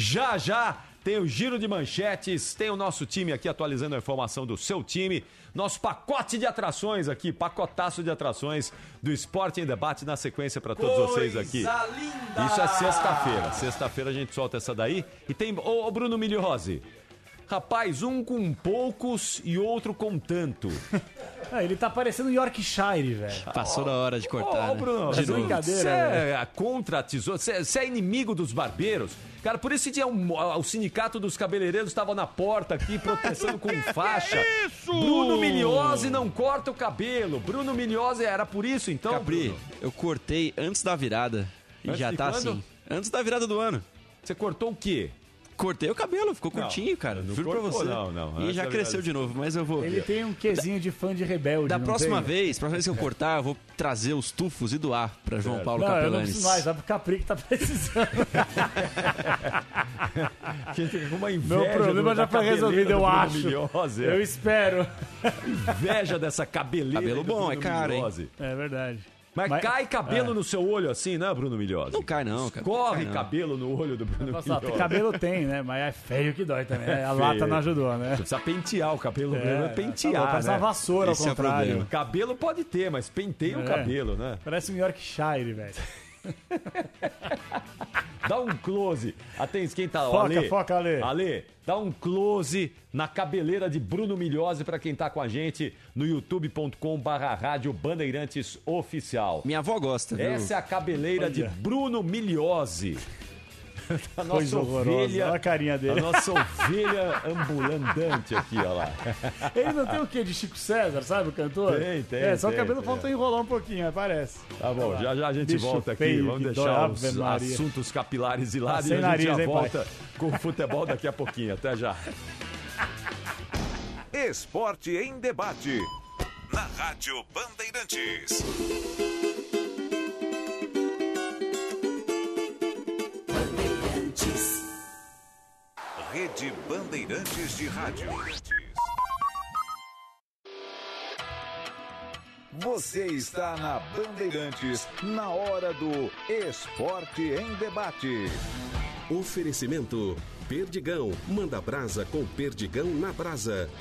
Já tem o giro de manchetes, tem o nosso time aqui atualizando a informação do seu time. Nosso pacote de atrações aqui, pacotaço de atrações do Esporte em Debate na sequência para todos vocês aqui. Linda! Isso é sexta-feira. Sexta-feira a gente solta essa daí. E tem o Bruno Migliozzi. Rapaz, um com poucos e outro com tanto. Ele tá parecendo Yorkshire, velho. Passou da hora de cortar, né? Bruno, de brincadeira. Você é contra a tesoura, você é inimigo dos barbeiros. Cara, por isso tinha o sindicato dos cabeleireiros estava na porta aqui, protestando com faixa. Isso! Bruno Migliozzi não corta o cabelo. Bruno Migliozzi era por isso, então? Capri, eu cortei antes da virada. E já tá assim. Antes da virada do ano. Você cortou o quê? Cortei o cabelo, ficou curtinho, cara. Juro pra você. Não. E já cresceu de novo, mas eu vou... Ele tem um quesinho de fã de rebelde. Da próxima vez que eu cortar, eu vou trazer os tufos e doar pra João Paulo Capelanes. Eu não preciso mais, sabe? O Capri que tá precisando. Meu problema já foi resolvido, eu acho. Eu espero. Inveja dessa cabeleira. Cabelo bom, é caro, hein? É verdade. Mas cai cabelo no seu olho assim, né, Bruno Milhões? Não cai não, cara. Corre cabelo no olho do Bruno Milhões. Cabelo tem, né? Mas é feio que dói também. Né? A lata não ajudou, né? Você precisa pentear o cabelo, pentear, parece uma vassoura ao contrário. Cabelo pode ter, mas penteia o cabelo, né? Parece um Yorkshire, velho. Dá um close. Atenção, quem tá lá? Foca, Ale. Ale, dá um close na cabeleira de Bruno Milhose pra quem tá com a gente no youtube.com/rádio Bandeirantes Oficial. Minha avó gosta, viu? Essa é a cabeleira de Bruno Milhose. A nossa Coisa ovelha, olha a carinha dele. A nossa ovelha ambulante aqui, ó lá. Ele não tem o quê de Chico César, sabe o cantor? Tem. Só o cabelo faltou enrolar um pouquinho, mas parece. Tá bom, já a gente Bicho volta aqui. feio, Vamos que deixar dói, os Ave Maria. assuntos capilares de lado Sem e a gente nariz, já hein, volta pai? com o futebol daqui a pouquinho. Até já. Esporte em debate. Na Rádio Bandeirantes. Rede Bandeirantes de Rádio. Você está na Bandeirantes, na hora do Esporte em Debate. Oferecimento Perdigão. Manda brasa com Perdigão na brasa.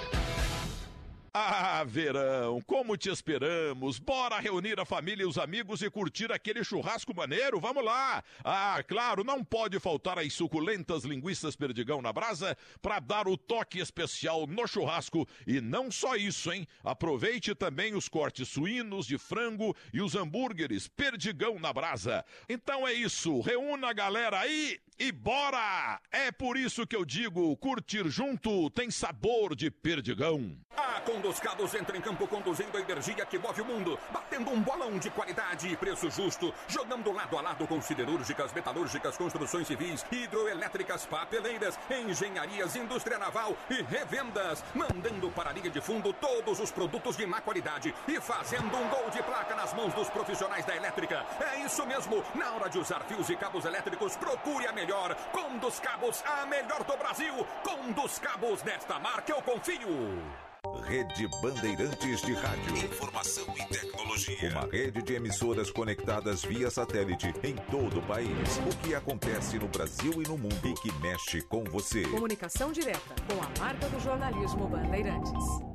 Ah, verão, como te esperamos. Bora reunir a família e os amigos e curtir aquele churrasco maneiro? Vamos lá! Ah, claro, não pode faltar as suculentas linguiças Perdigão na brasa para dar o toque especial no churrasco. E não só isso, hein? Aproveite também os cortes suínos, de frango e os hambúrgueres Perdigão na brasa. Então é isso, reúna a galera aí e bora! É por isso que eu digo, curtir junto tem sabor de Perdigão. A Conduz Cabos entra em campo conduzindo a energia que move o mundo, batendo um bolão de qualidade e preço justo, jogando lado a lado com siderúrgicas, metalúrgicas, construções civis, hidroelétricas, papeleiras, engenharias, indústria naval e revendas, mandando para a linha de fundo todos os produtos de má qualidade e fazendo um gol de placa nas mãos dos profissionais da elétrica. É isso mesmo, na hora de usar fios e cabos elétricos, procure a melhor. Conduz Cabos, a melhor do Brasil. Conduz Cabos, nesta marca eu confio. Rede Bandeirantes de Rádio. Informação e tecnologia. Uma rede de emissoras conectadas via satélite em todo o país. O que acontece no Brasil e no mundo e que mexe com você. Comunicação direta com a marca do jornalismo Bandeirantes.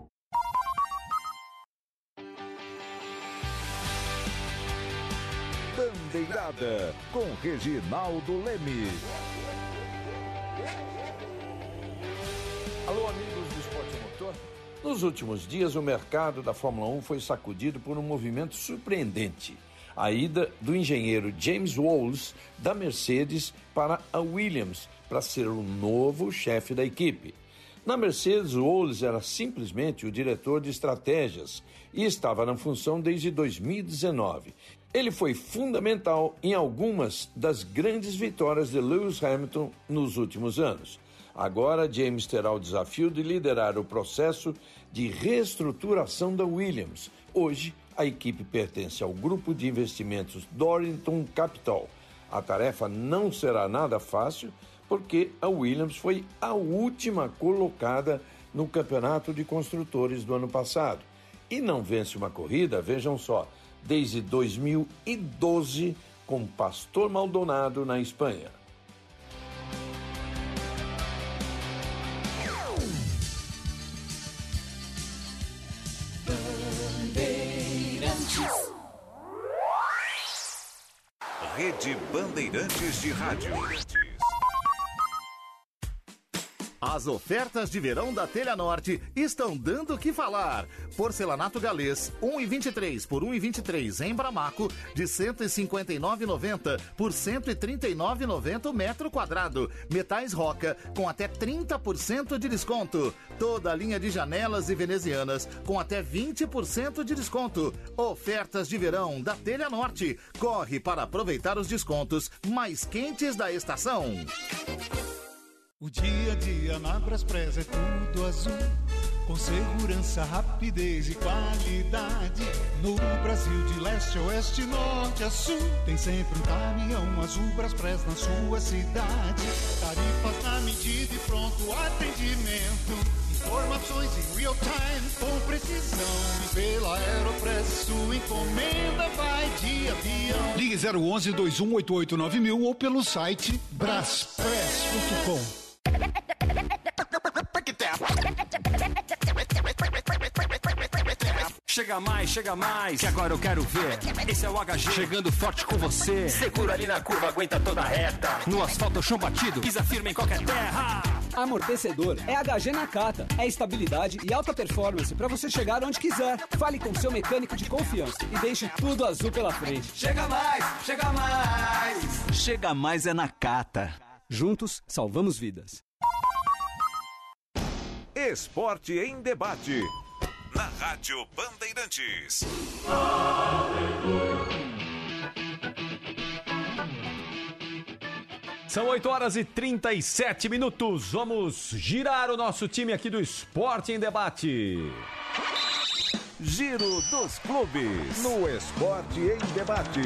Bandeirada com Reginaldo Leme. Alô, amigos do Esporte Motor. Nos últimos dias, o mercado da Fórmula 1 foi sacudido por um movimento surpreendente. A ida do engenheiro James Wowles, da Mercedes, para a Williams, para ser o novo chefe da equipe. Na Mercedes, Wowles era simplesmente o diretor de estratégias e estava na função desde 2019. Ele foi fundamental em algumas das grandes vitórias de Lewis Hamilton nos últimos anos. Agora, James terá o desafio de liderar o processo de reestruturação da Williams. Hoje, a equipe pertence ao grupo de investimentos Dorrington Capital. A tarefa não será nada fácil, porque a Williams foi a última colocada no Campeonato de Construtores do ano passado. E não vence uma corrida, vejam só, desde 2012, com Pastor Maldonado na Espanha. Rede Bandeirantes de Rádio. As ofertas de verão da Telha Norte estão dando o que falar. Porcelanato galês, 1,23 por 1,23 em Bramaco, de R$ 159,90 por R$ 139,90 o metro quadrado. Metais Roca, com até 30% de desconto. Toda a linha de janelas e venezianas, com até 20% de desconto. Ofertas de verão da Telha Norte. Corre para aproveitar os descontos mais quentes da estação. O dia a dia na Braspress é tudo azul, Com segurança, rapidez e qualidade. No Brasil de leste a oeste, norte a sul, tem sempre um caminhão Azul Braspress na sua cidade. Tarifas na medida e pronto atendimento. Informações em real time com precisão. E pela Aeropress sua encomenda vai de avião. Ligue 011-2188-9000 ou pelo site braspress.com. Chega mais, que agora eu quero ver. Esse é o HG, chegando forte com você. Seguro ali na curva, aguenta toda a reta. No asfalto, chão batido, pisa firme em qualquer terra. Amortecedor é HG Nakata. É estabilidade e alta performance para você chegar onde quiser. Fale com seu mecânico de confiança e deixe tudo azul pela frente. Chega mais, chega mais. Chega mais é Nakata. Juntos, salvamos vidas. Esporte em debate. Na Rádio Bandeirantes. São 8h37. Vamos girar o nosso time aqui do Esporte em Debate. Giro dos clubes. No Esporte em Debate.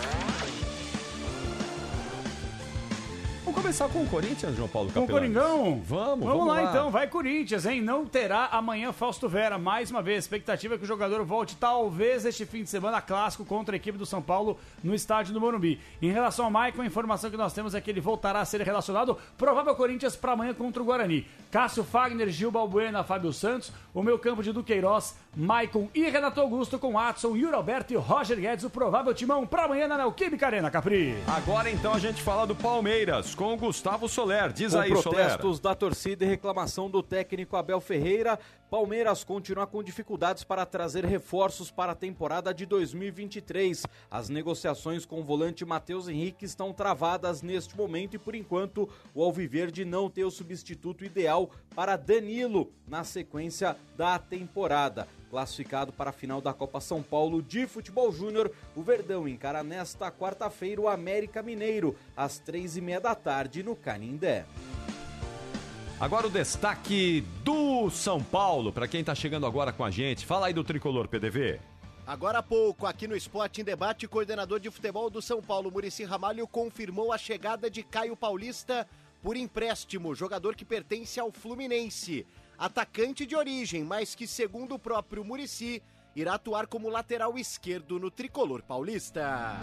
Vamos começar com o Corinthians, João Paulo Capelani. Com o Coringão? Vamos lá então, vai Corinthians, hein? Não terá amanhã Fausto Vera, mais uma vez. Expectativa é que o jogador volte talvez este fim de semana clássico contra a equipe do São Paulo no estádio do Morumbi. Em relação ao Maicon, a informação que nós temos é que ele voltará a ser relacionado, provável Corinthians para amanhã contra o Guarani. Cássio Fagner, Gil Balbuena, Fábio Santos, o meio campo de Duqueiroz, Maicon e Renato Augusto com Adson, Yuri Alberto e Roger Guedes, o provável timão para amanhã na Neoquímica Arena, Capri. Agora então a gente fala do Palmeiras com o Gustavo Soler. Diz com aí, Soler. Protestos da torcida e reclamação do técnico Abel Ferreira, Palmeiras continua com dificuldades para trazer reforços para a temporada de 2023. As negociações com o volante Matheus Henrique estão travadas neste momento e, por enquanto, o Alviverde não tem o substituto ideal para Danilo na sequência da temporada. Classificado para a final da Copa São Paulo de Futebol Júnior, o Verdão encara nesta quarta-feira o América Mineiro, às 3h30 da tarde no Canindé. Agora o destaque do São Paulo, para quem está chegando agora com a gente. Fala aí do Tricolor, PDV. Agora há pouco, aqui no Esporte em Debate, coordenador de futebol do São Paulo, Muricy Ramalho, confirmou a chegada de Caio Paulista por empréstimo, jogador que pertence ao Fluminense. Atacante de origem, mas que, segundo o próprio Muricy, irá atuar como lateral esquerdo no Tricolor paulista.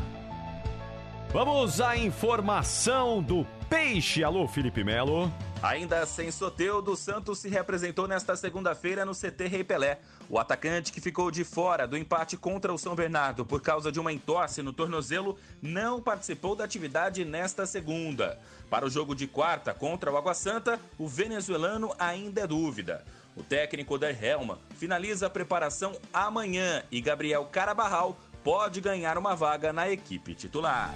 Vamos à informação do Peixe. Alô, Felipe Melo. Ainda sem Soteldo, o Santos se representou nesta segunda-feira no CT Rei Pelé. O atacante que ficou de fora do empate contra o São Bernardo por causa de uma entorse no tornozelo não participou da atividade nesta segunda. Para o jogo de quarta contra o Água Santa, o venezuelano ainda é dúvida. O técnico Odair Hellmann finaliza a preparação amanhã e Gabriel Carabarral pode ganhar uma vaga na equipe titular.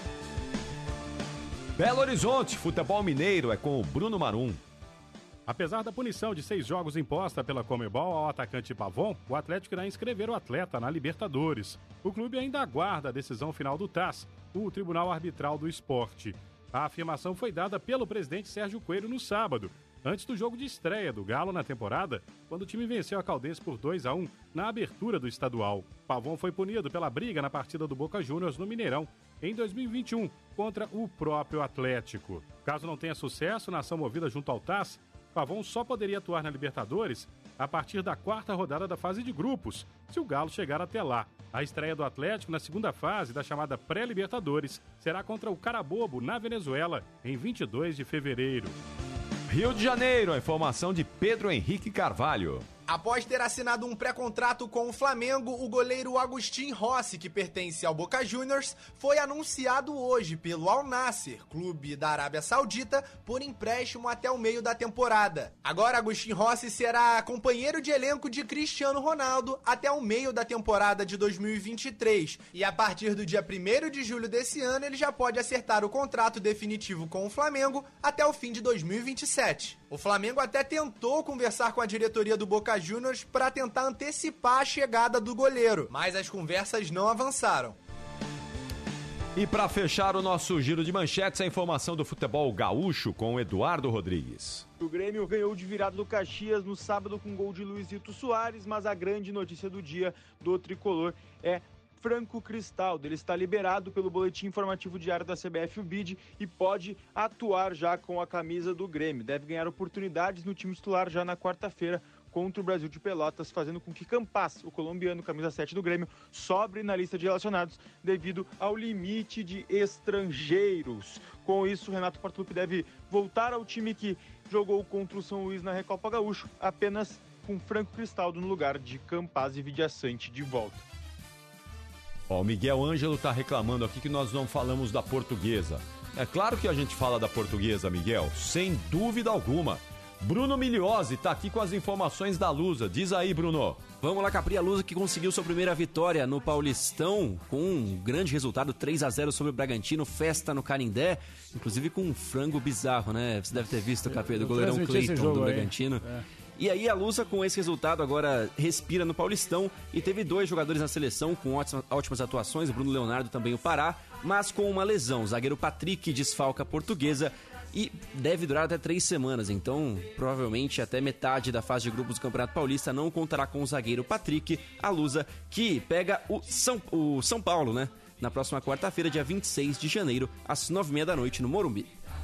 Belo Horizonte, futebol mineiro é com o Bruno Marum. Apesar da punição de 6 jogos imposta pela Conmebol ao atacante Pavon, o Atlético irá inscrever o atleta na Libertadores. O clube ainda aguarda a decisão final do TAS, o Tribunal Arbitral do Esporte. A afirmação foi dada pelo presidente Sérgio Coelho no sábado, antes do jogo de estreia do Galo na temporada, quando o time venceu a Caldense por 2-1 na abertura do estadual. Pavon foi punido pela briga na partida do Boca Juniors no Mineirão, em 2021, contra o próprio Atlético. Caso não tenha sucesso na ação movida junto ao TAS, Pavon só poderia atuar na Libertadores a partir da 4ª rodada da fase de grupos, se o Galo chegar até lá. A estreia do Atlético na segunda fase da chamada pré-Libertadores será contra o Carabobo, na Venezuela, em 22 de fevereiro. Rio de Janeiro, a informação de Pedro Henrique Carvalho. Após ter assinado um pré-contrato com o Flamengo, o goleiro Agustin Rossi, que pertence ao Boca Juniors, foi anunciado hoje pelo Al Nassr, clube da Arábia Saudita, por empréstimo até o meio da temporada. Agora, Agustin Rossi será companheiro de elenco de Cristiano Ronaldo até o meio da temporada de 2023. E a partir do dia 1º de julho desse ano, ele já pode acertar o contrato definitivo com o Flamengo até o fim de 2027. O Flamengo até tentou conversar com a diretoria do Boca Juniors para tentar antecipar a chegada do goleiro, mas as conversas não avançaram. E para fechar o nosso giro de manchetes, a informação do futebol gaúcho com o Eduardo Rodrigues. O Grêmio ganhou de virada do Caxias no sábado com gol de Luizito Soares, mas a grande notícia do dia do tricolor é Franco Cristaldo. Ele está liberado pelo boletim informativo diário da CBF, o BID, e pode atuar já com a camisa do Grêmio. Deve ganhar oportunidades no time titular já na quarta-feira contra o Brasil de Pelotas, fazendo com que Campas, o colombiano, camisa 7 do Grêmio, sobre na lista de relacionados devido ao limite de estrangeiros. Com isso, Renato Portaluppi deve voltar ao time que jogou contra o São Luís na Recopa Gaúcho, apenas com Franco Cristaldo no lugar de Campas e Vidiaçante de volta. Ó, o Miguel Ângelo tá reclamando aqui que nós não falamos da Portuguesa. É claro que a gente fala da Portuguesa, Miguel, sem dúvida alguma. Bruno Migliozzi tá aqui com as informações da Lusa. Diz aí, Bruno. Vamos lá, Capri, a Lusa que conseguiu sua primeira vitória no Paulistão com um grande resultado, 3-0 sobre o Bragantino, festa no Canindé, inclusive com um frango bizarro, né? Você deve ter visto, Capri, do goleirão Cleiton do Bragantino. E aí a Lusa, com esse resultado, agora respira no Paulistão e teve 2 jogadores na seleção com ótimas atuações, o Bruno Leonardo também o Pará, mas com uma lesão. O zagueiro Patrick desfalca a Portuguesa e deve durar até 3 semanas, então provavelmente até metade da fase de grupos do Campeonato Paulista não contará com o zagueiro Patrick. A Lusa que pega o São Paulo, né? Na próxima quarta-feira, dia 26 de janeiro, às 9h30 da noite, no Morumbi.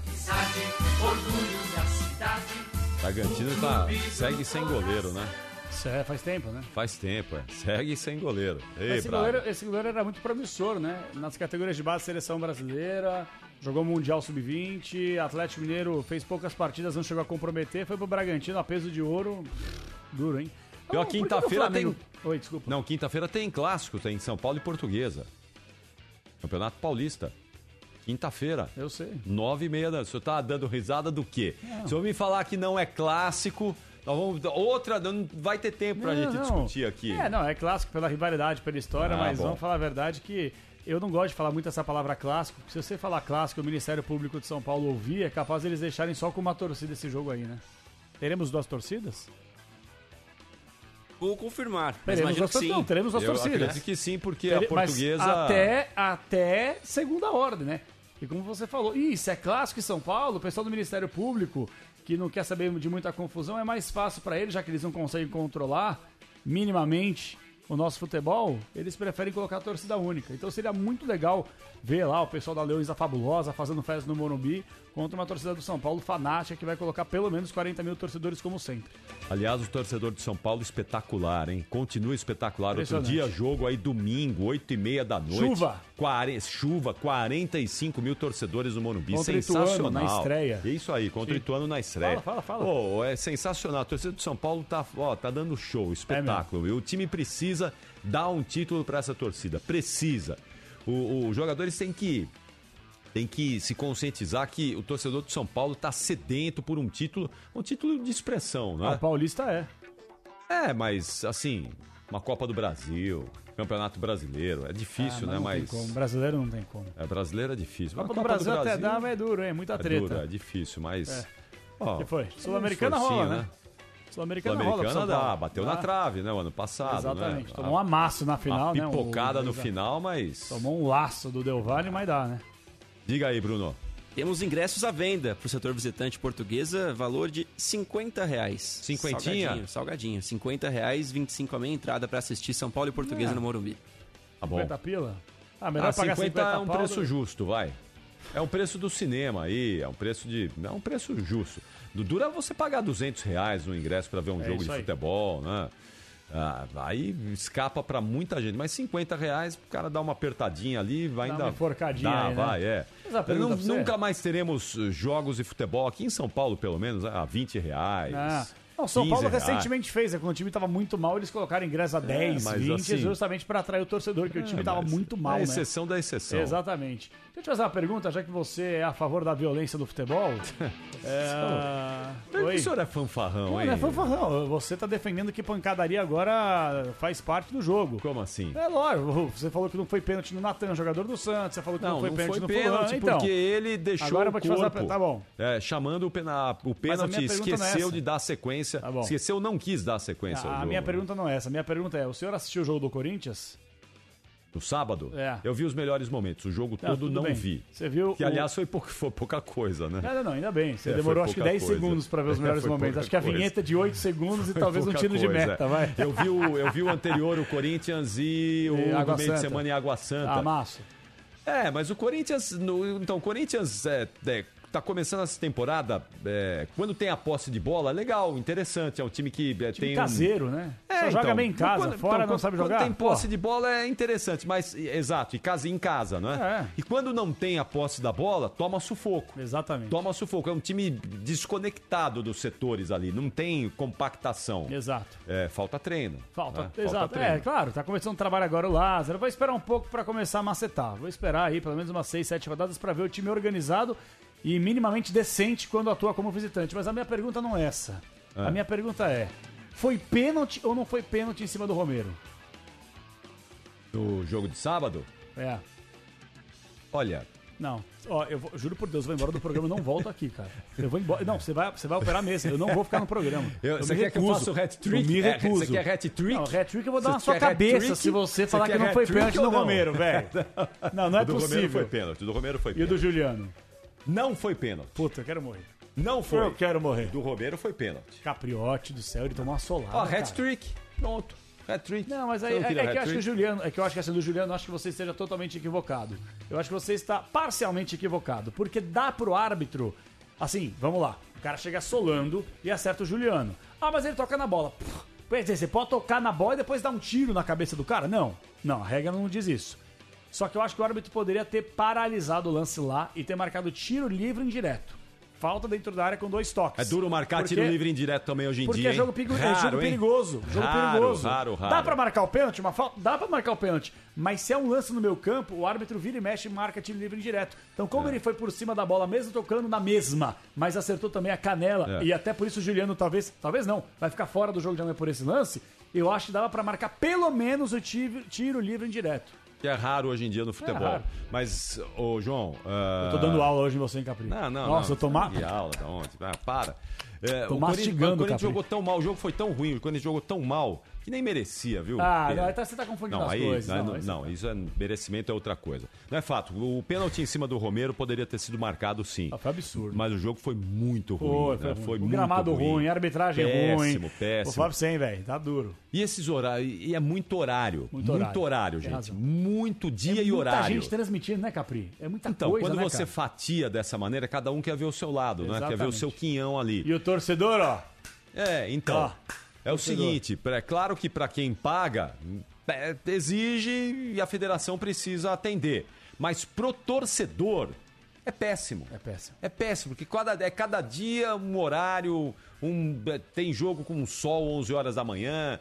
Bragantino segue sem goleiro, né? Faz tempo, né? Faz tempo, segue sem goleiro. Ei, esse goleiro era muito promissor, né? Nas categorias de base, seleção brasileira, jogou Mundial Sub-20, Atlético Mineiro fez poucas partidas, não chegou a comprometer, foi pro Bragantino a peso de ouro. Duro, hein? E a quinta-feira tem... Oi, desculpa. Não, quinta-feira tem clássico, tem São Paulo e Portuguesa. Campeonato Paulista. Quinta-feira. Eu sei. 9h30 da noite. O senhor tá dando risada do quê? Se eu me falar que não é clássico... Nós vamos, não vai ter tempo pra gente discutir aqui. É clássico pela rivalidade, pela história, mas vamos falar a verdade que eu não gosto de falar muito essa palavra clássico, porque se você falar clássico e o Ministério Público de São Paulo ouvir, é capaz de eles deixarem só com uma torcida esse jogo aí, né? Teremos 2 torcidas? Vou confirmar, mas imagino que sim. Não, teremos 2 torcidas. Eu acredito que sim, porque a Portuguesa... Mas até segunda ordem, né? E como você falou, isso é clássico em São Paulo, o pessoal do Ministério Público... que não quer saber de muita confusão, é mais fácil para eles, já que eles não conseguem controlar minimamente o nosso futebol, eles preferem colocar a torcida única. Então seria muito legal ver lá o pessoal da Leões da Fabulosa fazendo festa no Morumbi contra uma torcida do São Paulo fanática que vai colocar pelo menos 40 mil torcedores como sempre. Aliás, o torcedor de São Paulo espetacular, hein? Continua espetacular. Outro dia, jogo aí domingo, 8h30 da noite. Chuva, 45 mil torcedores no Morumbi. Contra sensacional. Ituano, na estreia. Isso aí, contra o Ituano na estreia. Fala. É sensacional. A torcida do São Paulo tá dando show, espetáculo. E o time precisa dar um título para essa torcida. Precisa. Os jogadores têm que se conscientizar que o torcedor de São Paulo está sedento por um título de expressão, né? O Paulista mas assim, uma Copa do Brasil, Campeonato Brasileiro, é difícil, né? Mas brasileiro não tem como. Brasileiro é difícil. Copa do Brasil até dá, mas é duro, hein? Muita treta. É difícil, mas... que foi? Sul-Americana rola, né? Sul-Americana dá, bateu na trave, né? O ano passado. Exatamente. Né? Tomou um amasso na final, né? Pipocada no final, mas... Tomou um laço do Del Valle, mas dá, né? Diga aí, Bruno. Temos ingressos à venda pro setor visitante Portuguesa, valor de R$50. Cinquentinha? Salgadinho. R$50, 25 a meia entrada pra assistir São Paulo e Portuguesa no Morumbi. Tá bom. 50 pila? Melhor pagar 50 é um preço justo, vai. É um preço do cinema aí, é um preço justo. Dura você pagar R$200 no ingresso para ver um jogo de futebol, né? Aí escapa para muita gente, mas R$50 o cara dá uma apertadinha ali, vai ainda... Dá uma enforcadinha aí, vai, nunca mais teremos jogos de futebol aqui em São Paulo, pelo menos, a R$20. O São Paulo recentemente fez, quando o time estava muito mal, eles colocaram ingresso a 10, 20, assim, justamente para atrair o torcedor, que o time estava muito mal, né? A exceção da exceção. Exatamente. Deixa eu te fazer uma pergunta, já que você é a favor da violência do futebol. O senhor é fanfarrão, hein? Não é fanfarrão. Você está defendendo que pancadaria agora faz parte do jogo. Como assim? É lógico. Você falou que não foi pênalti no Natan, jogador do Santos. Você falou que não foi pênalti no Fulano. Porque ele deixou agora eu vou te fazer tá bom. Chamando o pênalti, esqueceu de dar sequência. Tá bom. Esqueceu, não quis dar sequência ao jogo. A minha pergunta não é essa. A minha pergunta é, o senhor assistiu o jogo do Corinthians? No sábado, É. eu vi os melhores momentos. O jogo todo tudo não bem. vi. Você viu Que, aliás, foi pouca coisa, né? Não, ainda bem. Você É, demorou foi acho que pouca 10 coisa. segundos para ver os melhores Foi momentos. pouca Acho que a coisa. vinheta de 8 segundos e Foi talvez um pouca tiro de coisa, meta, é. vai. Eu vi o anterior, o Corinthians e o do Água meio de Santa. semana em Água Santa. Ah, massa. Mas o Corinthians... Então, o Corinthians tá começando essa temporada, quando tem a posse de bola, legal, interessante. É um time que tem caseiro, né? Só joga bem em casa, fora não sabe jogar. Quando tem posse de bola é interessante, mas, exato, e em casa, não é? E quando não tem a posse da bola, toma sufoco. Exatamente. Toma sufoco. É um time desconectado dos setores ali, não tem compactação. Exato. Falta treino. Falta, né? exato. treino. Claro, tá começando o trabalho agora o Lázaro. Vou esperar um pouco pra começar a macetar. Vou esperar aí pelo menos umas 6, 7 rodadas pra ver o time organizado e minimamente decente quando atua como visitante. Mas a minha pergunta não é essa. A minha pergunta é: foi pênalti ou não foi pênalti em cima do Romero? Do jogo de sábado? Olha... Não, juro por Deus, eu vou embora do programa, eu não volto aqui, cara. Eu vou embora. Não, você vai operar mesmo, eu não vou ficar no programa. Você quer que eu faça o hat-trick? Eu me recuso. Você quer hat-trick? Não, hat-trick eu vou dar na sua cabeça se você falar que não foi pênalti do Romero, velho. Não é possível. O do Romero foi pênalti, o do Romero foi pênalti. E o do Juliano? Não foi pênalti. Puta, eu quero morrer. Não foi. Eu quero morrer. Do Romero foi pênalti. Capriotti do céu, ele tomou uma solada. Hat-trick. Pronto. Hat-trick. Não, mas aí, é que eu acho que o Juliano, eu acho que essa do Juliano, acho que você esteja totalmente equivocado. Eu acho que você está parcialmente equivocado, porque dá pro árbitro, assim, vamos lá, o cara chega solando e acerta o Juliano. Ah, mas ele toca na bola. Quer dizer, você pode tocar na bola e depois dar um tiro na cabeça do cara? Não, a regra não diz isso. Só que eu acho que o árbitro poderia ter paralisado o lance lá e ter marcado tiro livre indireto. Falta dentro da área com 2 toques. É duro marcar tiro livre indireto também hoje em porque dia. Porque é jogo perigoso. Jogo perigoso. Raro. Dá pra marcar o pênalti? Uma falta? Dá pra marcar o pênalti. Mas se é um lance no meu campo, o árbitro vira e mexe e marca tiro livre indireto. Então, como ele foi por cima da bola, mesmo tocando na mesma, mas acertou também a canela, e até por isso o Juliano talvez não, vai ficar fora do jogo de amanhã por esse lance, eu acho que dava pra marcar pelo menos o tiro livre indireto. Que é raro hoje em dia no futebol. Mas, ô João... Eu tô dando aula hoje em você, hein, Capri? Não. Nossa, eu tô Que aula, da onde? Para. Tô mastigando, o Corinthians jogou tão mal, o jogo foi tão ruim, o Corinthians jogou tão mal, que nem merecia, viu? Não, então você tá confundindo as coisas. Não, isso é merecimento, é outra coisa. Não é fato, o pênalti em cima do Romero poderia ter sido marcado sim. Foi absurdo. Mas o jogo foi muito ruim. Foi o muito gramado ruim, a arbitragem ruim. Péssimo. Vou falar pra você, velho, tá duro. E esses horários, e é muito horário. Muito horário, gente. Razão. Muito dia e horário. Muita gente transmitindo, né, Capri? É muita então, coisa, quando né, você cara? fatia dessa maneira, cada um quer ver o seu lado, né? Quer ver o seu quinhão ali. E o torcedor, ó. Então... É o seguinte, é claro que para quem paga, exige e a federação precisa atender. Mas pro torcedor, é péssimo. É péssimo, porque cada dia um horário, tem jogo com sol 11 horas da manhã,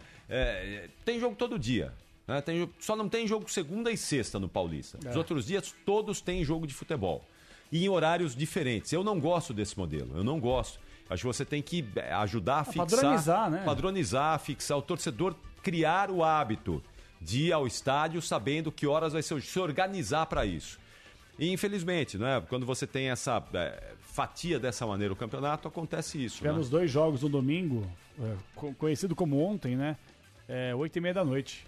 tem jogo todo dia. Né? Só não tem jogo segunda e sexta no Paulista. Os outros dias todos têm jogo de futebol. E em horários diferentes. Eu não gosto desse modelo, eu não gosto. Acho que você tem que ajudar a fixar... Padronizar, né? Padronizar, fixar o torcedor, criar o hábito de ir ao estádio sabendo que horas vai se organizar para isso. E infelizmente, né, quando você tem essa fatia dessa maneira o campeonato, acontece isso. Tivemos 2 jogos no domingo, conhecido como ontem, né? 8h30 da noite.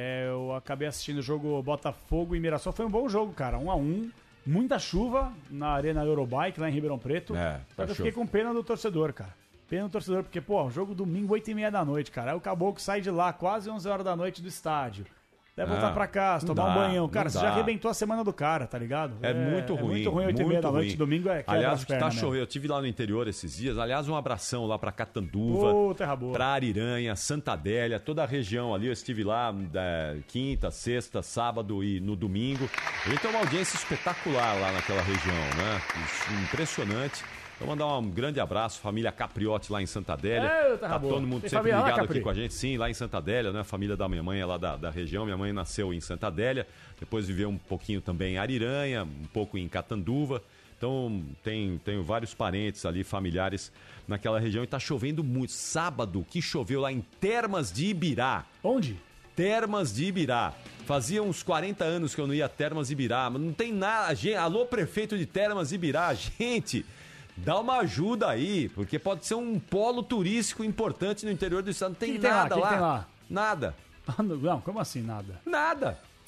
Eu acabei assistindo o jogo Botafogo e Mirassol. Foi um bom jogo, cara. 1-1. Muita chuva na Arena Eurobike, lá em Ribeirão Preto. Só que eu fiquei com pena do torcedor, cara. Pena do torcedor, porque, jogo domingo, 8h30 da noite, cara. Aí o caboclo sai de lá quase 11 horas da noite do estádio. Deve voltar pra casa, tomar um banhão. Cara, você já arrebentou a semana do cara, tá ligado? É muito ruim. É muito ruim, 8h30 da noite, domingo aliás, tá chovendo. Eu estive lá no interior esses dias. Aliás, um abração lá pra Catanduva, terra boa. Pra Ariranha, Santa Adélia, toda a região ali. Eu estive lá quinta, sexta, sábado e no domingo. Ele tem uma audiência espetacular lá naquela região, né? Impressionante. Então, mandar um grande abraço, família Capriotti lá em Santa Adélia. Tá todo mundo sempre ligado aqui com a gente. Sim, lá em Santa Adélia, né? A família da minha mãe é lá da região. Minha mãe nasceu em Santa Adélia, depois viveu um pouquinho também em Ariranha, um pouco em Catanduva. Então, tenho vários parentes ali, familiares naquela região. E tá chovendo muito. Sábado, que choveu lá em Termas de Ibirá. Onde? Termas de Ibirá. Fazia uns 40 anos que eu não ia a Termas de Ibirá, mas não tem nada. Alô, prefeito de Termas de Ibirá, gente... Dá uma ajuda aí, porque pode ser um polo turístico importante no interior do estado. Não tem nada lá. Tem lá? Nada. Não, como assim nada? Nada.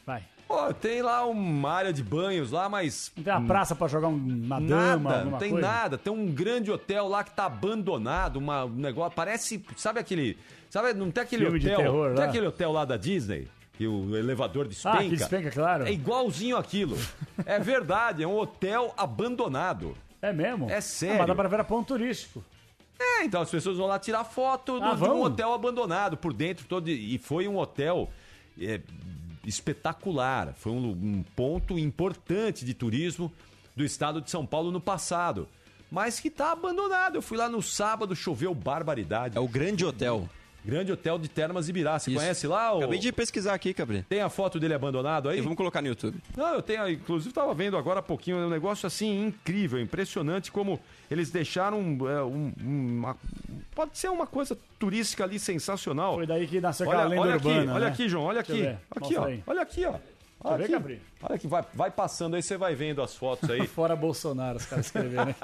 Vai. Pô, tem lá uma área de banhos lá, mas... Não tem uma praça pra jogar uma dama, nada, alguma não tem coisa? nada. Tem um grande hotel lá que tá abandonado, um negócio... Parece, sabe aquele... Sabe, não tem aquele Filme de hotel... terror, não tem lá? aquele hotel lá da Disney? Que o elevador despenca? que despenca, claro. É igualzinho aquilo. É verdade, é um hotel abandonado. É mesmo? É sério. Mas dá pra ver a ponto turístico. Então as pessoas vão lá tirar foto de um vão? hotel abandonado por dentro todo. E foi um hotel espetacular. Foi um ponto importante de turismo do estado de São Paulo no passado. Mas que tá abandonado. Eu fui lá no sábado, choveu barbaridade. É o Grande Hotel. Grande Hotel de Termas Ibirá. Você conhece lá? Acabei de pesquisar aqui, Cabri. Tem a foto dele abandonado aí? Vamos colocar no YouTube. Não, eu tenho, inclusive estava vendo agora há pouquinho, um negócio assim incrível, impressionante como eles deixaram pode ser uma coisa turística ali sensacional. Foi daí que nasceu aquela lenda urbana, olha né? aqui, João, olha Deixa eu aqui. ver. Aqui, Mostra ó. aí. Olha aqui, ó. Deixa eu ver, Aqui. Cabri. Olha aqui, vai passando aí, você vai vendo as fotos aí. Fora Bolsonaro, os caras escreveram, né?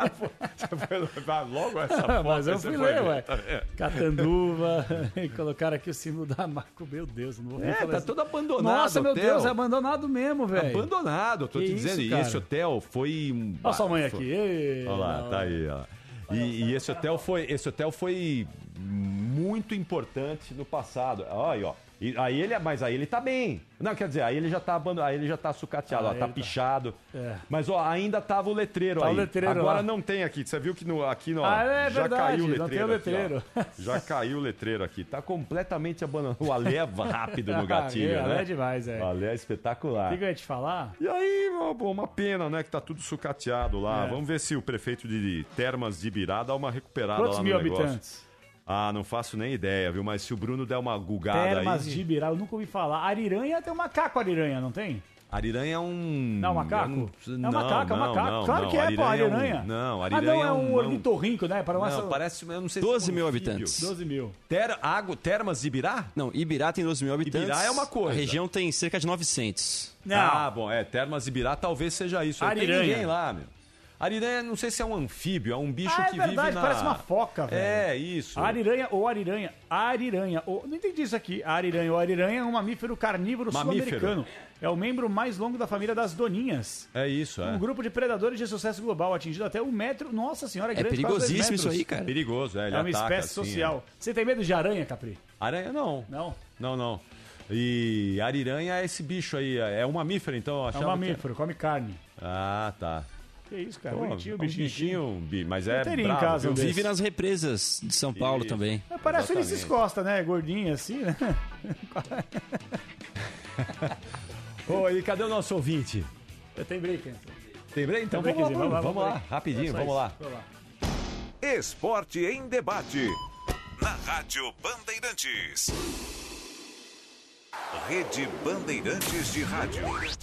Vai logo essa foto. Mas eu aí fui você vai ler, ver. ué. Catanduva, e colocaram aqui o símbolo da Marco. Meu Deus, não vou ver. Tá todo abandonado. Nossa, meu hotel. Deus, é abandonado mesmo, velho. Abandonado, eu tô Que te dizendo. isso, E cara? esse hotel foi... Olha sua mãe aqui. Ei, Olha lá, não. tá aí, ó. E esse hotel foi muito importante no passado. Olha aí, ó. Mas aí ele tá bem. Não, quer dizer, aí ele já tá abandonado, aí ele já tá sucateado, ó, tá pichado. É. Mas, ó, ainda tava o letreiro Tá o aí. letreiro Agora lá. não tem aqui. Você viu que aqui no, É já verdade, caiu o letreiro. não tem o letreiro. Aqui, ó. Já caiu o letreiro aqui. Tá completamente abandonado. O Alê é rápido no gatilho, Alê né? é demais, é. O Alê é espetacular. O que eu ia te falar? E aí, uma pena, né, que tá tudo sucateado lá. É. Vamos ver se o prefeito de Termas de Ibirá dá uma recuperada Quantos lá no mil negócio. habitantes? Não faço nem ideia, viu? Mas se o Bruno der uma gulgada Termas aí... de Ibirá, eu nunca ouvi falar. Ariranha tem um macaco Ariranha, não tem? Ariranha é um... Não, macaco? É um macaco, é um macaco. Não, claro não, que é, pô, Ariranha. Ariranha é um ornitorrinco, né? Para Não, parece, eu não sei se 12 é um mil anfíbio. habitantes. 12 mil. Termas de Ibirá? Não, Ibirá tem 12 mil habitantes. Ibirá é uma coisa. A região tem cerca de 900. Não. Bom, Termas de Ibirá talvez seja isso. Não tem Ariranha. ninguém lá, meu. Ariranha, não sei se é um anfíbio, é um bicho É que verdade, vive na... parece uma foca, velho. É, isso. Ariranha ou ariranha. Ariranha. Não entendi isso aqui. Ariranha ou ariranha é um mamífero carnívoro sul-americano. É o membro mais longo da família das doninhas. É isso, é. Um grupo de predadores de sucesso global, atingido até 1 metro. Nossa senhora, é É grande. quase 2 perigosíssimo isso metros. aí, cara. Perigoso, ele É uma ataca, espécie assim, social. Você tem medo de aranha, Capri? Aranha não. Não? Não. E ariranha é esse bicho aí, é um mamífero, então? Eu É achava um mamífero, come carne. Tá. Que isso, cara? Pô, Bonitinho o um bichinho. mas Eu é teria em bravo, casa viu? um desse. Vive nas represas de São Paulo também. Parece o Ulisses Exatamente. Costa, né? Gordinho assim, né? E cadê o nosso ouvinte? Eu tenho break, né? Tem break? Então Tem vamos breakzinho, lá, vamos vamos lá. lá, rapidinho, É só vamos isso. lá. Vamos lá. Esporte em debate. Na Rádio Bandeirantes. Rede Bandeirantes de Rádio.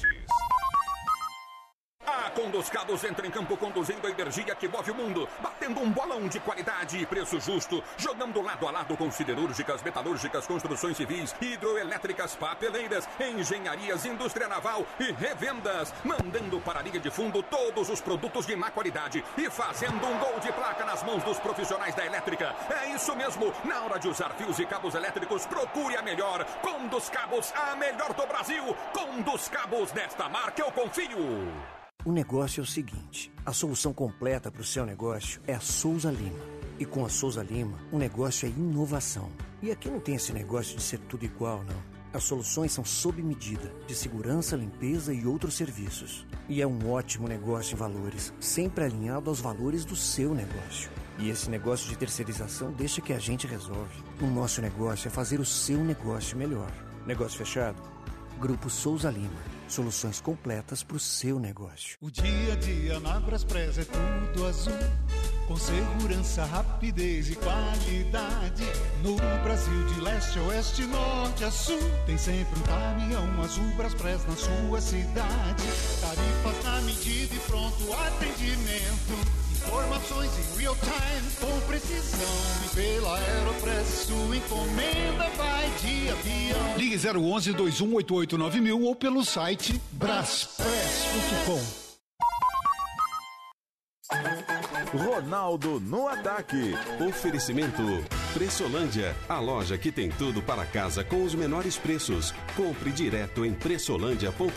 A Conduz Cabos entra em campo conduzindo a energia que move o mundo, batendo um bolão de qualidade e preço justo, jogando lado a lado com siderúrgicas, metalúrgicas, construções civis, hidroelétricas, papeleiras, engenharias, indústria naval e revendas, mandando para a linha de fundo todos os produtos de má qualidade e fazendo um gol de placa nas mãos dos profissionais da elétrica. É isso mesmo, na hora de usar fios e cabos elétricos, procure a melhor. Conduz Cabos, a melhor do Brasil. Conduz Cabos, nesta marca eu confio. O negócio é o seguinte, a solução completa para o seu negócio é a Souza Lima. E com a Souza Lima, o negócio é inovação. E aqui não tem esse negócio de ser tudo igual, não. As soluções são sob medida, de segurança, limpeza e outros serviços. E é um ótimo negócio em valores, sempre alinhado aos valores do seu negócio. E esse negócio de terceirização deixa que a gente resolve. O nosso negócio é fazer o seu negócio melhor. Negócio fechado? Grupo Souza Lima. Soluções completas para o seu negócio. O dia a dia na Braspress é tudo azul, com segurança, rapidez e qualidade. No Brasil de leste a oeste, norte a sul, tem sempre um caminhão azul Braspress na sua cidade. Tarifas na medida e pronto atendimento. Informações em real time com precisão. E pela Aeropress sua encomenda vai de avião. Ligue 011 2188 9000 ou pelo site braspress.com. Ronaldo no ataque. Oferecimento Pressolândia, a loja que tem tudo para casa com os menores preços. Compre direto em pressolândia.com.br.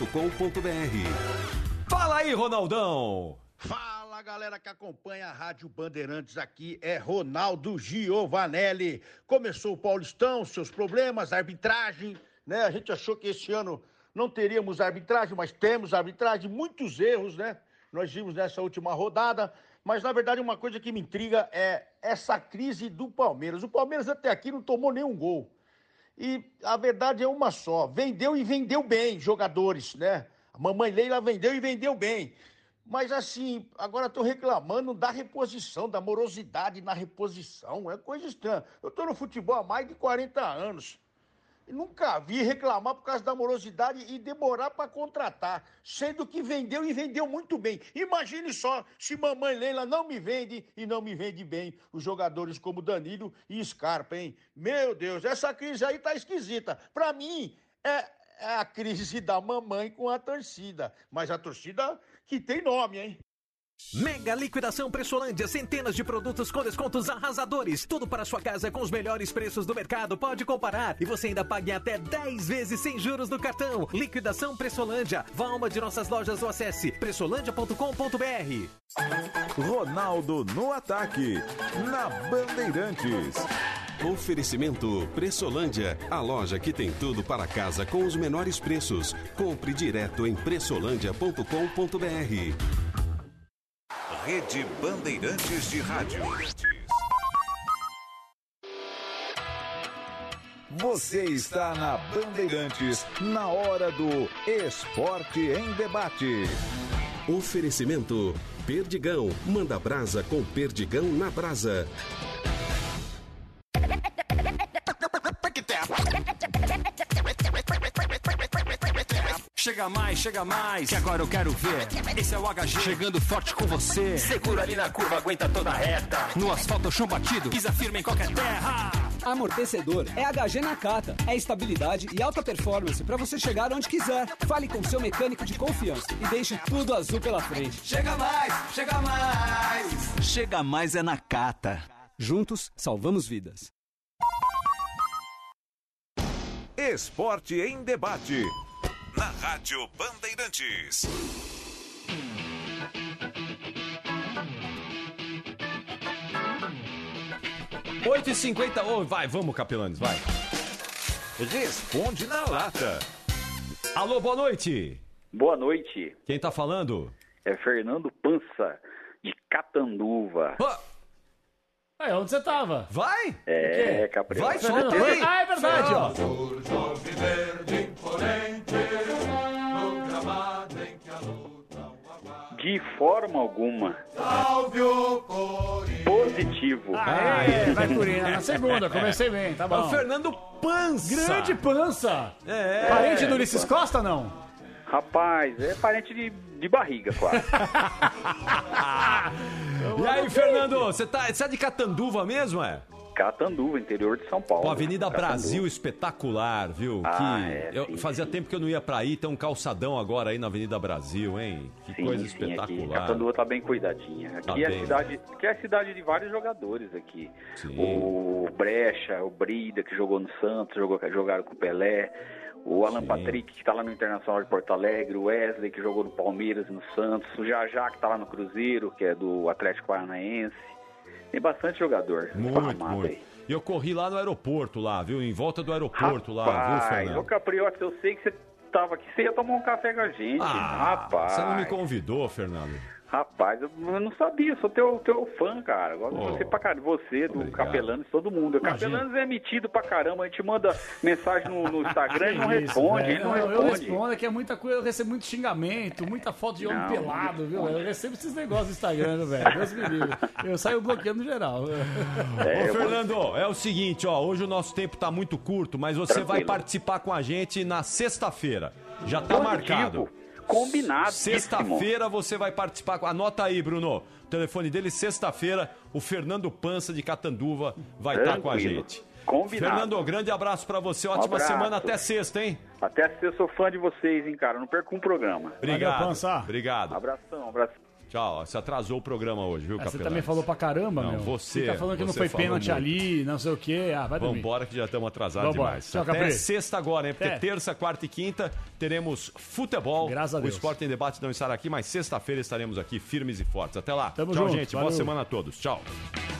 Fala aí, Ronaldão! Fala, galera que acompanha a Rádio Bandeirantes, aqui é Ronaldo Giovanelli. Começou o Paulistão, seus problemas, arbitragem, né? A gente achou que esse ano não teríamos arbitragem, mas temos arbitragem, muitos erros, né? Nós vimos nessa última rodada, mas na verdade uma coisa que me intriga é essa crise do Palmeiras. O Palmeiras até aqui não tomou nenhum gol. E a verdade é uma só, vendeu e vendeu bem jogadores, né? A mamãe Leila vendeu e vendeu bem. Mas assim, agora estou reclamando da reposição, da morosidade na reposição. É coisa estranha. Eu estou no futebol há mais de 40 anos. E nunca vi reclamar por causa da morosidade e demorar para contratar. Sendo que vendeu e vendeu muito bem. Imagine só se mamãe Leila não me vende e não me vende bem os jogadores como Danilo e Scarpa, hein? Meu Deus, essa crise aí tá esquisita. Para mim, é a crise da mamãe com a torcida. Mas a torcida que tem nome, hein? Mega liquidação Pressolândia, centenas de produtos com descontos arrasadores, tudo para sua casa com os melhores preços do mercado, pode comparar e você ainda pague até 10 vezes sem juros no cartão. Liquidação Pressolândia, vá a uma de nossas lojas ou acesse pressolândia.com.br. Ronaldo no ataque, na Bandeirantes. Oferecimento Pressolândia, a loja que tem tudo para casa com os menores preços. Compre direto em pressolândia.com.br. Rede Bandeirantes de Rádio. Você está na Bandeirantes, na hora do Esporte em Debate. Oferecimento Perdigão, manda brasa com Perdigão na brasa. Chega mais, que agora eu quero ver. Esse é o HG, chegando forte com você. Segura ali na curva, aguenta toda a reta. No asfalto, chão batido, pisa firme em qualquer terra. Amortecedor é HG Nakata. É estabilidade e alta performance para você chegar onde quiser. Fale com seu mecânico de confiança e deixe tudo azul pela frente. Chega mais, chega mais. Chega mais é Nakata. Juntos, salvamos vidas. Esporte em Debate, na Rádio Bandeirantes. Oito e 50, vai, vamos, Capelanes, vai. Responde na lata. Alô, boa noite. Boa noite. Quem tá falando? É Fernando Pança, de Catanduva. Onde você tava? Vai? É, Capriano. Vai, solta aí. Ah, é verdade, ó. De forma alguma. Positivo. Vai por aí. Na segunda, comecei bem, tá bom. É o Fernando Pança. Grande Pança. É. Parente do Ulisses Costa, não? Rapaz, é parente de barriga, quase. E aí, Fernando, você é de Catanduva mesmo, é? Catanduva, interior de São Paulo. Pô, Avenida Brasil, espetacular, viu? Sim, fazia tempo que eu não ia pra aí, tem um calçadão agora aí na Avenida Brasil, hein? Que coisa espetacular. Aqui, Catanduva tá bem cuidadinha. Aqui é a cidade de vários jogadores aqui. Sim. O Brecha, o Brida, que jogou no Santos, jogaram com o Pelé. O Alan Patrick, que tá lá no Internacional de Porto Alegre. O Wesley, que jogou no Palmeiras e no Santos. O Jajá, que tá lá no Cruzeiro, que é do Atlético Paranaense. Tem bastante jogador. Muito. E eu corri lá no aeroporto, lá, viu? Em volta do aeroporto, lá, viu, Fernando? Ô Capriota, eu sei que você tava aqui, você ia tomar um café com a gente. Rapaz. Você não me convidou, Fernando? Rapaz, eu não sabia, eu sou teu fã, cara. Eu gosto de você pra caramba, você, do Capelanes, todo mundo. O Capelanes é metido pra caramba, a gente manda mensagem no Instagram e não responde, ele não responde. Eu respondo que é muita coisa, eu recebo muito xingamento, muita foto de homem pelado, viu? Eu recebo esses negócios do Instagram, velho. Deus me livre. Eu saio bloqueando geral. Ô, Fernando, é o seguinte, ó, hoje o nosso tempo tá muito curto, mas você vai participar com a gente na sexta-feira. Já tá marcado. Combinado. Sexta-feira você vai participar. Anota aí, Bruno. O telefone dele, sexta-feira, o Fernando Pança de Catanduva vai estar com a gente. Combinado. Fernando, grande abraço pra você. Ótima semana. Até sexta, hein? Até sexta, eu sou fã de vocês, hein, cara. Não perca um programa. Obrigado. Valeu, Pança. Obrigado. Abração. Tchau. Você atrasou o programa hoje, viu, Capelães? Você também falou pra caramba, não, meu. Você tá falando que não foi falou pênalti muito. ali, não sei o quê. Vai dormir. Vambora que já estamos atrasados Vambora. demais. Tchau, Até Capri. sexta agora, hein? Porque terça, quarta e quinta teremos futebol. Graças a Deus. O Esporte em Debate não estará aqui, mas sexta-feira estaremos aqui firmes e fortes. Até lá. Tamo Tchau, junto. gente. Valeu. Boa semana a todos. Tchau.